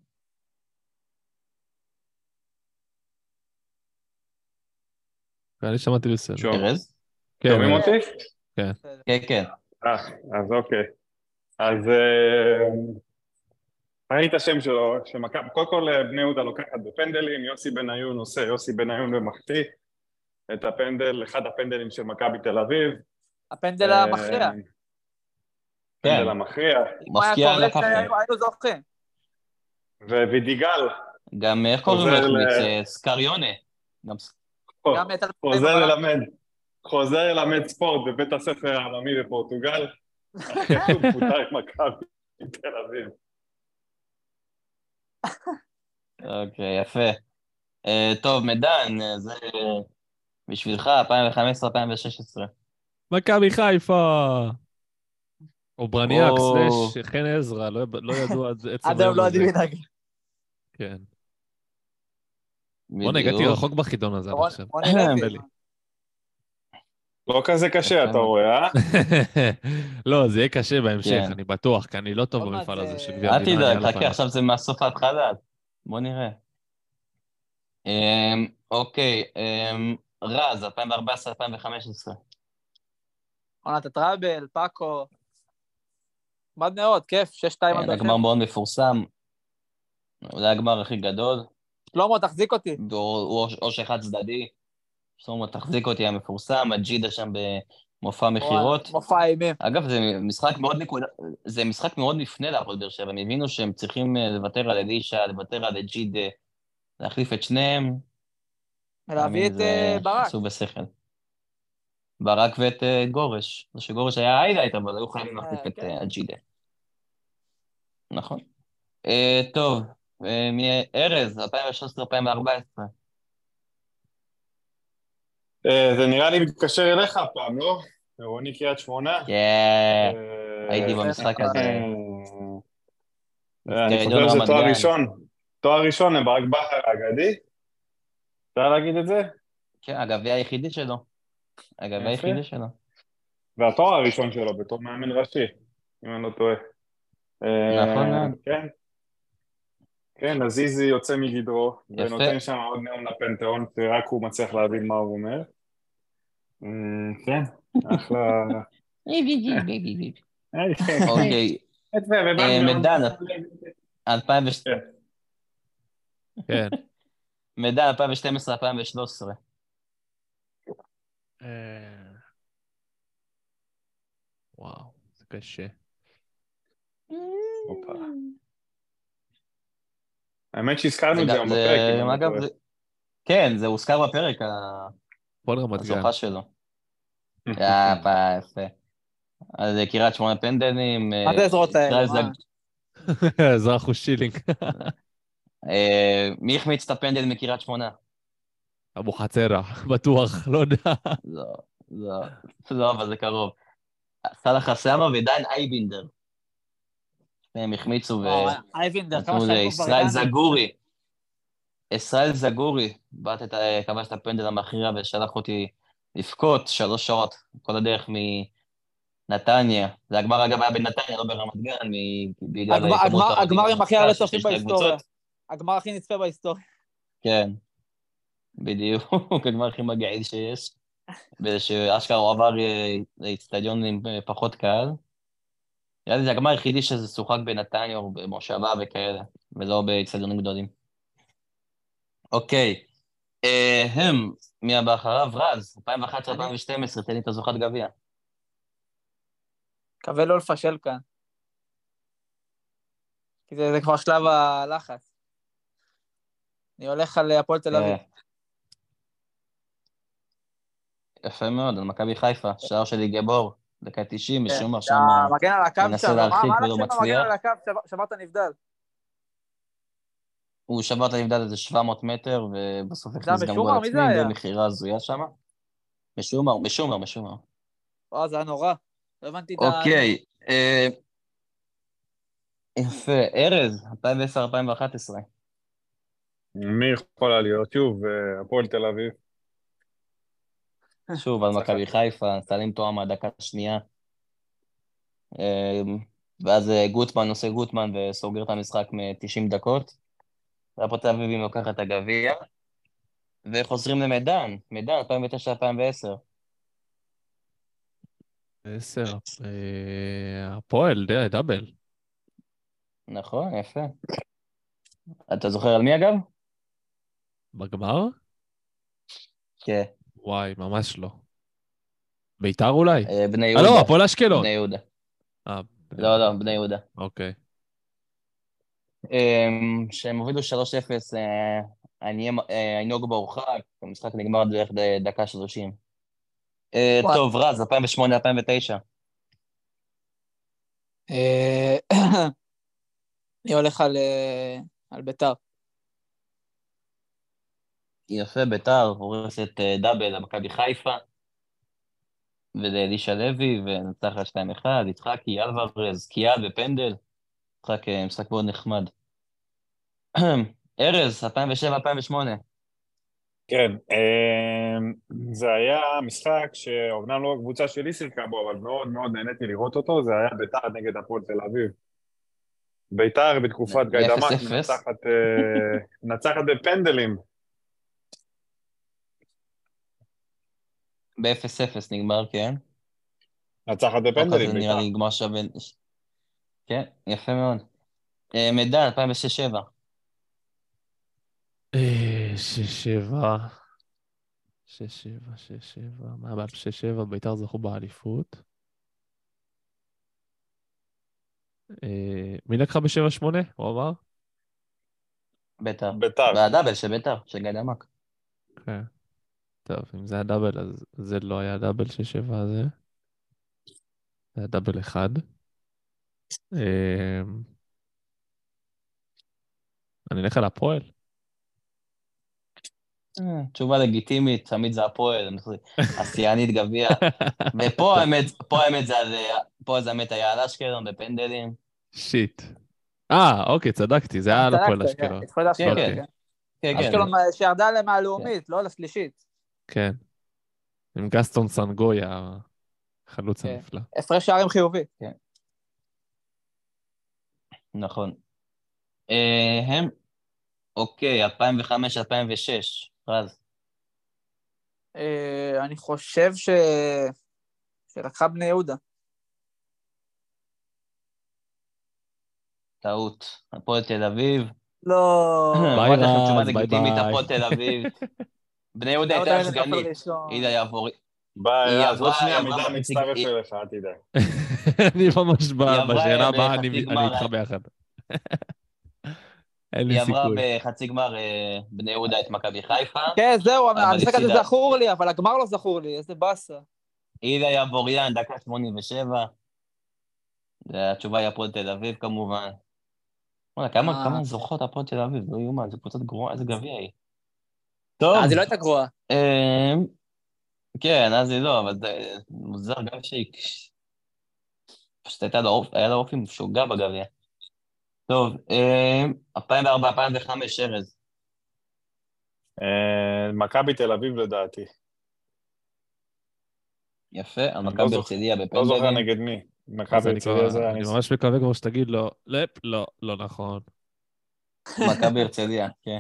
אני שמעתי בסדר. ארז? שומעים אותי? כן. כן. אז אוקיי. אז ראי את השם שלו, קודם כל בני יהודה לוקחת בפנדלים, יוסי בניון עושה, יוסי בניון ומחטיא את הפנדל, אחד הפנדלים של מכבי תל אביב. הפנדל המכריע. פנדל המכריע. מפקיע על הכף. היינו זוכים. ווידיגל. גם איך קוראים לך? סקריונה. חוזר ללמד ספורט בבית הספר העממי בפורטוגל. אחרי הוא פוטר את מכבי תל אביב. אוקיי, יפה. טוב, מדן, זה בשבילך, 2015-2016. מכבי חיפה! או ברניאק, סלש, חן עזרא, לא ידעו עד עצם עד היום לא יודעים מנהג. כן. בוא נגעתי רחוק בחידון הזה. בוא נלך. לא כזה קשה, אתה רואה, לא, זה יהיה קשה בהמשך, אני בטוח, כי אני לא טוב במפעל הזה של גביע המדינה. אל תדאג, חכה, עכשיו זה מהסוף ההתחלה. בוא נראה. אוקיי, רז, 2014-2015. עונת הטראבל, פאקו. מד מאוד, כיף, 6-2 עד אחר. הגמר מאוד מפורסם. אולי הגמר הכי גדול. שלמה, תחזיק אותי. הוא ראש אחד צדדי. שלמה, תחזיק אותי, המפורסם, הג'ידה שם במופע מחירות. מופע אימים. אגב, זה משחק מאוד לפני להפועל באר שבע. הם הבינו שהם צריכים לוותר על אלישע, לוותר על ג'ידה, להחליף את שניהם. להביא את ברק. עשו בשכל. ברק ואת גורש. זה שגורש היה היילייט, אבל היו חייבים להחליף את הג'ידה. נכון. טוב, ארז, 2016-2014. זה נראה לי מתקשר אליך הפעם, לא? רוני קריית שמונה? כן, הייתי במשחק הזה. אני חושב שזה תואר ראשון. תואר ראשון לברק בכר האגדי. אפשר להגיד את זה? כן, הגביע היחידי שלו. הגביע היחידי שלו. והתואר הראשון שלו בתור מאמן ראשי, אם אני לא טועה. נכון. כן. כן, עזיזי יוצא מגדרו, ונותן שם עוד נאום לפנתיאון, רק הוא מצליח להבין מה הוא אומר. כן, אחלה. אוקיי. מדן, 2012. כן. מדן, 2012-2013. וואו, זה קשה. האמת שהזכרנו את זה בפרק. כן, זה הוזכר בפרק, הזוכה שלו. יפה. אז קריית שמונה פנדלים. מה זה עזרות האלה? אזרח הוא שילינג. מי החמיץ את הפנדל מקריית שמונה? אבו חצרה, בטוח, לא יודע. לא, אבל זה קרוב. סלאח חסאמה ודן אייבינדר. הם החמיצו ישראל זגורי, כבש את הפנדל המכריע ושלח אותי לפקוט 3 שעות, כל הדרך מנתניה. זה הגמר אגב היה בנתניה, לא ברמת גן, הגמר עם הכי הרבה צופים בהיסטוריה. הגמר הכי נצפה בהיסטוריה. כן, בדיוק, הגמר הכי מגעיל שיש, ושאשכרה הוא עבר לאצטדיון עם פחות קהל. זה הגמר היחידי שזה שוחק בנתניה או במושבה וכאלה, ולא באצטדיונים גדולים. אוקיי, מי הבא אחריו? רז, 2011-2012, תן לי את הזוכת גביע. מקווה לא לפשל כאן. כי זה כבר שלב הלחץ. אני הולך על הפועל תל אביב. יפה מאוד, על מכבי חיפה, שער שלי גבור. דקה 90, משום מה שם מגן על הקו מנסה להרחיק ולא מצליח. מגן על הקו, שברת נבדל. הוא שבר את הנבדל איזה 700 מטר, ובסוף הכניס גם משומר? גול מי זה עצמי היה? במכירה הזויה שם. משומר. זה היה נורא. לא הבנתי את אוקיי, יפה, ארז, 2010-2011. מי יכולה להיות? שוב, הפועל תל אביב. שוב, על מכבי חיפה, סלים תואם מהדקה השנייה. ואז גוטמן עושה גוטמן וסוגר את המשחק מ-90 דקות. והפועל תל אביב לוקחת את הגביע. וחוזרים למידן, 2009-2010. 10. הפועל, דאבל. נכון, יפה. אתה זוכר על מי אגב? בגמר? כן. וואי, ממש לא. ביתר אולי? בני יהודה. לא, הפועל אשקלון. בני יהודה. בני לא, בני יהודה. אוקיי. שהם הובילו 3-0, אני נוג בהורחק, המשחק נגמר דרך דקה 30. טוב, רז, 2008-2009. אני הולך על ביתר. יפה, ביתר, הורסת דאבל למכבי חיפה, ולאלישע לוי, ונצח על 2-1, יצחקי, אלוורז, קיאל בפנדל. משחק מאוד נחמד. ארז, 2007-2008. כן, זה היה משחק שאומנם לא הקבוצה שלי שיחקה בו, אבל מאוד מאוד נהניתי לראות אותו, זה היה ביתר נגד הפועל תל אביב. ביתר בתקופת גיידמק מנצחת בפנדלים. ב-0-0 נגמר, כן. נצחת בפנדלים, זה נראה לי נגמר שווה. כן, יפה מאוד. מידן, 2006-2007. 6-7. 6-7. מה הבא ב-6-7? ביתר זכו באליפות. מי לקחה ב-7-8? הוא אמר? ביתר. ביתר. והדאבל של ביתר, של גיידמק. כן. טוב, אם זה היה דאבל, אז זה לא היה דאבל 6-7 הזה. זה היה דאבל אחד. אני אלך על הפועל. תשובה לגיטימית, תמיד זה הפועל, השיאנית גביע. ופה האמת פה זה האמת היה על אשקלון בפנדלים. שיט. אוקיי, צדקתי, זה היה על הפועל אשקלון. כן. אשקלון שירדה עליהם מהלאומית, לא לשלישית. כן. עם גסטון סנגויה, החלוץ הנפלא. הפרש שערים חיובי. כן. נכון. אוקיי, 2005-2006, רז. אני חושב שלקחה בני יהודה. טעות. הפועל תל אביב. לא. ביי רז, תשובה ביי לגיטימית, ביי. הפועל תל אביב. בני יהודה הייתה סגנית. אילה יעבור. ביי, אז עוד שנייה מידע מצטרף אליך, אל תדאג. אני ממש בשאלה הבאה, אני איתך ביחד. אין לי סיכוי. היא עברה בחצי גמר בני יהודה את מכבי חיפה. כן, זהו, המשחק הזה זכור לי, אבל הגמר לא זכור לי, איזה באסה. אילה יעבוריאן, דקה 87. התשובה היא הפועל תל אביב כמובן. כמה זוכות הפועל תל אביב, לא יאומן, זה קבוצת גרועה, איזה גביע היא. טוב. אז היא לא הייתה גרועה. כן, אז היא לא, אבל זה מוזר גם שהיא... פשוט היה לה אופי משוגע בגביע. טוב, 2004-2005, ארז. מכבי תל אביב לדעתי. יפה, על מכבי הרצליה בפנדלים. לא זוכר נגד מי. מכבי הרצליה זה... אני ממש מקווה כבר שתגיד לו, לא נכון. מכבי הרצליה, כן.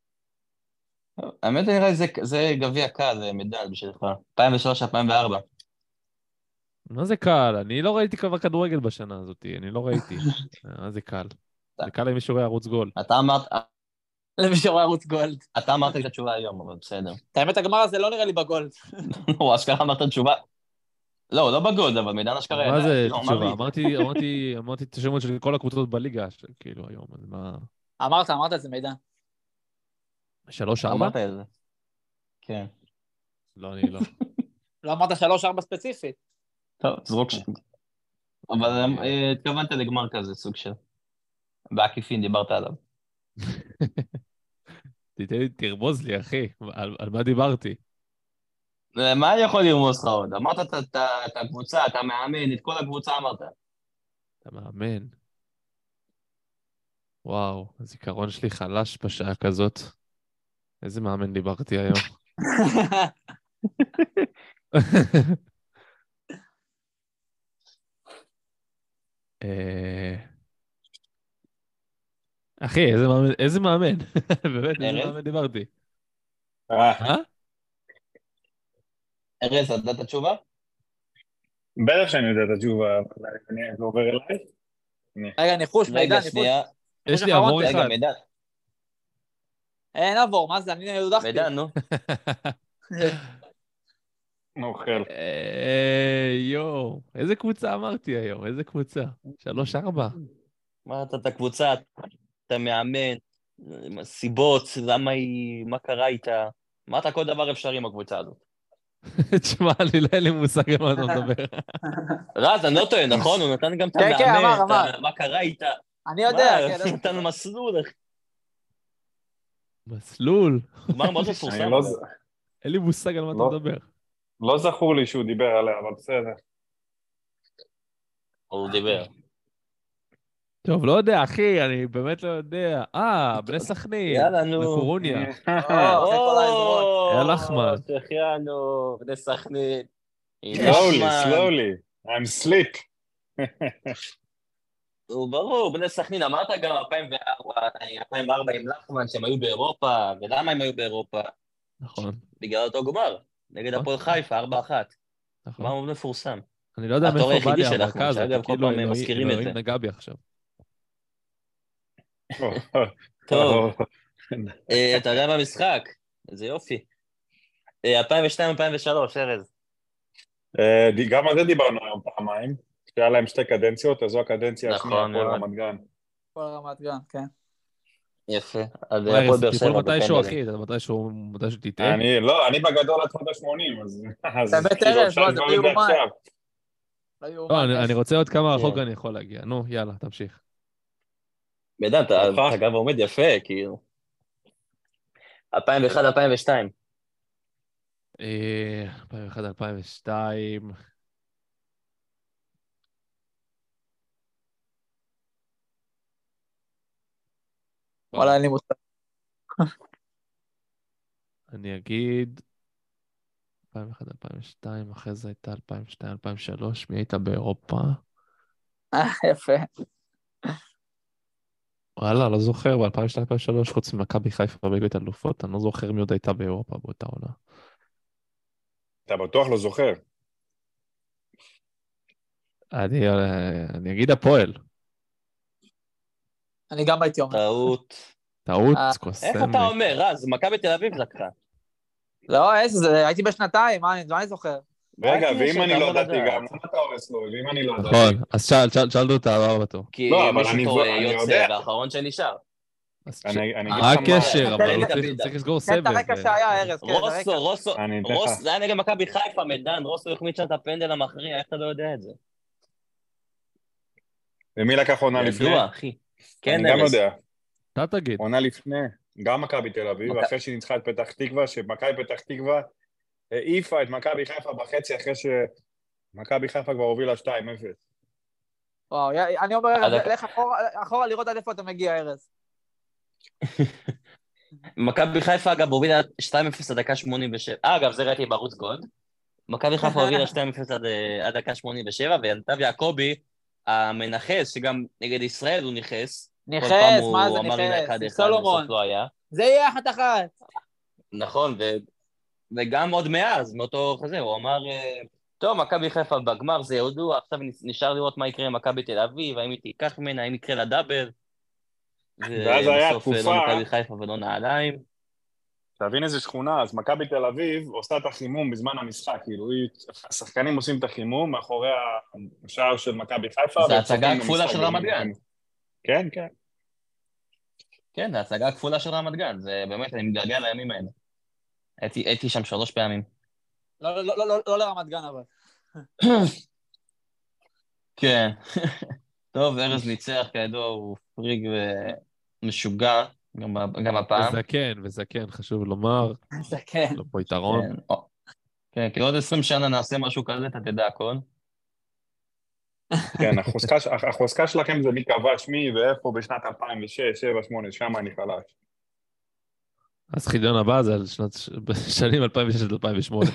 האמת נראה זה גביע קל, זה מדל בשבילך. 2003-2004. מה זה קל? אני לא ראיתי כבר כדורגל בשנה הזאת, אני לא ראיתי. מה זה קל? זה קל למי שרואה ערוץ גולד. אתה אמרת... למי שרואה ערוץ גולד. אתה אמרת את התשובה היום, אבל בסדר. האמת, הגמר הזה לא נראה לי בגולד. הוא אשכרה אמרת תשובה. לא, לא בגולד, אבל מידן אשכרה... מה זה תשובה? אמרתי את השמות של כל הקבוצות בליגה, כאילו היום, אז מה... אמרת את זה מידע. 3-4? אמרת את זה. כן. לא, אני לא. לא אמרת 3-4 ספציפית. טוב, זרוק שם. אבל התכוונת לגמר כזה, סוג של... בעקיפין דיברת עליו. תרמוז לי, אחי, על מה דיברתי? מה אני יכול לרמוז לך עוד? אמרת את הקבוצה, אתה מאמן, את כל הקבוצה אמרת. אתה מאמן. וואו, הזיכרון שלי חלש בשעה כזאת. איזה מאמן דיברתי היום. אחי, איזה מאמן? באמת, איזה מאמן דיברתי? ארז, אתה יודע את התשובה? בטח שאני יודע את התשובה, אבל זה עובר אליי. רגע, ניחוש, מידע, רגע, ניחוש. שנייה. יש לי עבור רגע, אחד. מידע. אין עבור, מה זה? אני הודחתי. מידע, נו. נוכל. יואו, איזה קבוצה אמרתי היום? איזה קבוצה? 3-4. אמרת את הקבוצה, אתה מאמן, סיבות, למה היא, מה קרה איתה. אמרת כל דבר אפשרי עם הקבוצה הזאת. תשמע, אין לי מושג על מה אתה מדבר. רז, אני לא טוען, נכון? הוא נתן גם את כן, כן, אמר. מה קרה איתה. אני יודע, כן. הוא נתן מסלול. מסלול? גמר מאוד מפורסם. אין לי מושג על מה אתה מדבר. לא זכור לי שהוא דיבר עליה, אבל בסדר. הוא דיבר. טוב, לא יודע, אחי, אני באמת לא יודע. בני סכנין. יאללה, נו. מקורוניה. או, לחמן. שחיינו, בני סכנין. slowly, I'm sleep. הוא ברור, בני סכנין, אמרת גם 2004 עם לחמן שהם היו באירופה, ולמה הם היו באירופה? נכון. בגלל אותו גמר, נגד הפועל חיפה, 4-1. נכון. גמר מאוד מפורסם. אני לא יודע מאיפה בא לי המרכז, שאגב, כל פעם מזכירים את זה. אלוהים נגע בי עכשיו. טוב, אתה יודע במשחק, איזה יופי. 2002-2003, ארז. גם על זה דיברנו היום פעמיים, שהיה להם 2 קדנציות, אז זו הקדנציה השנייה, נכון, הפועל רמת גן. הפועל רמת גן, כן. יפה, אז הפועל באר שבע מתישהו, אחי, מתישהו תטעה. אני בגדול עד 80, אז... באמת ארז, זה לא יאומן. אני רוצה עוד כמה רחוק אני יכול להגיע. נו, יאללה, תמשיך. בדן, אתה אגב עומד יפה, כאילו. 2001-2002. 2001-2002. וואלה, אין לי מושג. אני אגיד 2001-2002, אחרי זה הייתה 2002-2003, מי הייתה באירופה? יפה. וואלה, לא זוכר, ב-2002-2003, חוץ ממכבי חיפה בליגת האלופות, אני לא זוכר מי עוד הייתה באירופה באותה עונה. אתה בטוח לא זוכר. אני אגיד הפועל. אני גם הייתי אומר. טעות, איך אתה אומר, רז? מכבי תל אביב לקחה. לא, הייתי בשנתיים, מה אני זוכר? רגע, ואם אני לא ידעתי גם, למה אתה הורס לו? ואם אני לא ידעתי? נכון, אז שאלנו את העבר בתור. כי מישהו פה יוצא, והאחרון שנשאר. מה הקשר? אבל צריך לסגור סבב. תן את הרקע שהיה, ארז. רוסו, זה היה נגד מכבי חיפה, מדן, רוסו החמיץ שם את הפנדל המכריע, איך אתה לא יודע את זה? ומי לקח עונה לפני? ידוע, אחי. אני גם יודע. אתה תגיד. עונה לפני, גם מכבי תל אביב, אחרי שניצחה את פתח תקווה, שמכבי פתח תקווה העיפה את מכבי חיפה בחצי, אחרי שמכבי חיפה כבר הובילה 2-0. וואו, אני אומר, לך אחורה לראות עד איפה אתה מגיע, ארז. מכבי חיפה, אגב, הובילה 2-0 עד דקה 87. אגב, זה ראיתי בערוץ גוד. מכבי חיפה הובילה 2-0 עד דקה 87, ונתב יעקובי, המנחס, שגם נגד ישראל הוא נכס. נכס, מה זה נכס? סולומון. זה יהיה 1-1. נכון, וגם עוד מאז, מאותו חזה, הוא אמר, טוב, מכבי חיפה בגמר זה ידוע, עכשיו נשאר לראות מה יקרה עם מכבי תל אביב, האם היא תיקח ממנה, האם יקרה לדאבל. ואז היה בסוף לא מכבי חיפה ולא נעליים. תבין איזה שכונה, אז מכבי תל אביב עושה את החימום בזמן המשחק, כאילו השחקנים עושים את החימום מאחורי השער של מכבי חיפה. זה הצגה הכפולה של רמת גן. כן, כן. כן, זה הצגה הכפולה של רמת גן, זה באמת, אני מתגעגע לימים האלה. הייתי שם 3 פעמים. לא לרמת גן, אבל. כן. טוב, ארז ניצח, כידוע, הוא פריג ומשוגע. גם הפעם. וזקן, חשוב לומר. זה כן. לא פה יתרון. כן, כי עוד 20 שנה נעשה משהו כזה, אתה תדע הכל. כן, החוזקה שלכם זה מי כבש מי ואיפה בשנת 2006, 7, 8, שם אני חלש. אז חידון הבא זה על שנים 2006 עד 2008.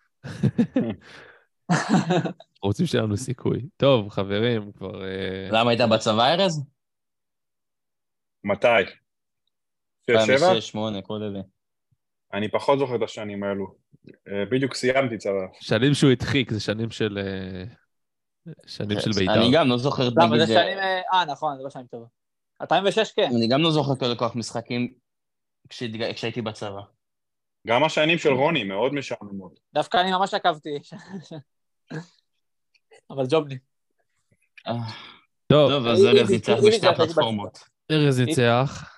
רוצים שיהיה לנו סיכוי. טוב, חברים, כבר... למה היית בצבא, ארז? מתי? 6, 7? 2006, 8, כל אלה. אני פחות זוכר את השנים האלו. בדיוק סיימתי צבא. שנים שהוא הדחיק, זה שנים של בית"ר. אני גם לא זוכר, למה, זה שנים... נכון, זה לא שנים טובה. 2006, כן. אני גם לא זוכר כל כך משחקים כשהייתי בצבא. גם השנים של רוני מאוד משעממות. דווקא אני ממש עקבתי. אבל ג'ובני. טוב, אז ארז ניצח בשתי הפלטפורמות. ארז ניצח.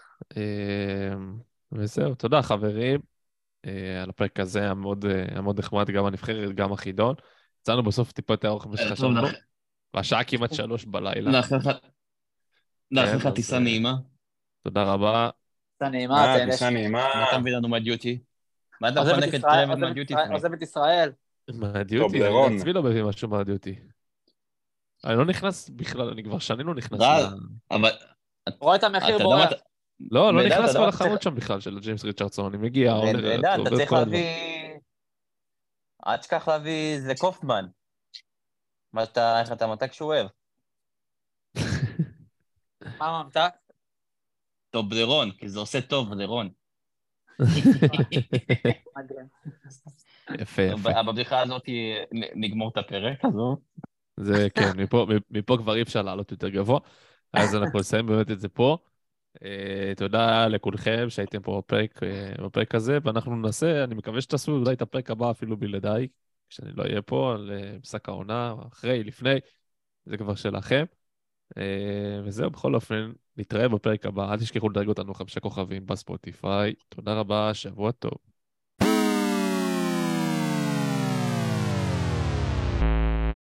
וזהו, תודה חברים. על הפרק הזה היה מאוד נחמד, גם הנבחרת, גם החידון. יצאנו בסוף טיפה יותר ארוך משחשבנו, והשעה כמעט 3 בלילה. לאחל לך טיסה נעימה. תודה רבה. טיסה נעימה. טיסה נעימה. מה אתה מביא לנו מהדיוטי? מה אתה מפנק את טרווין מהדיוטי? עוזב את ישראל. מהדיוטי, אני עצמי לא מביא משהו מהדיוטי. אני לא נכנס בכלל, אני כבר שנים לא נכנס. אבל... רואה את המחיר בורח. לא נכנס כל החנות שם בכלל של ג'יימס ריצ'רדסון, אני מגיע, אתה צריך להביא... אל תשכח להביא זה קופמן. איך אתה ממתק שהוא אוהב? מה ממתק? טובלרון, כי זה עושה טוב, לרון. יפה. בבדיחה הזאת נגמור את הפרק, הזו. זה כן, מפה כבר אי אפשר לעלות יותר גבוה, אז אנחנו נסיים באמת את זה פה. תודה לכולכם שהייתם פה בפרק הזה, ואנחנו ננסה, אני מקווה שתעשו אולי את הפרק הבא אפילו בלעדיי, כשאני לא אהיה פה, על משחק העונה, אחרי, לפני, זה כבר שלכם. וזהו, בכל אופן, נתראה בפרק הבא, אל תשכחו לדרג אותנו 5 כוכבים בספוטיפיי. תודה רבה, שבוע טוב.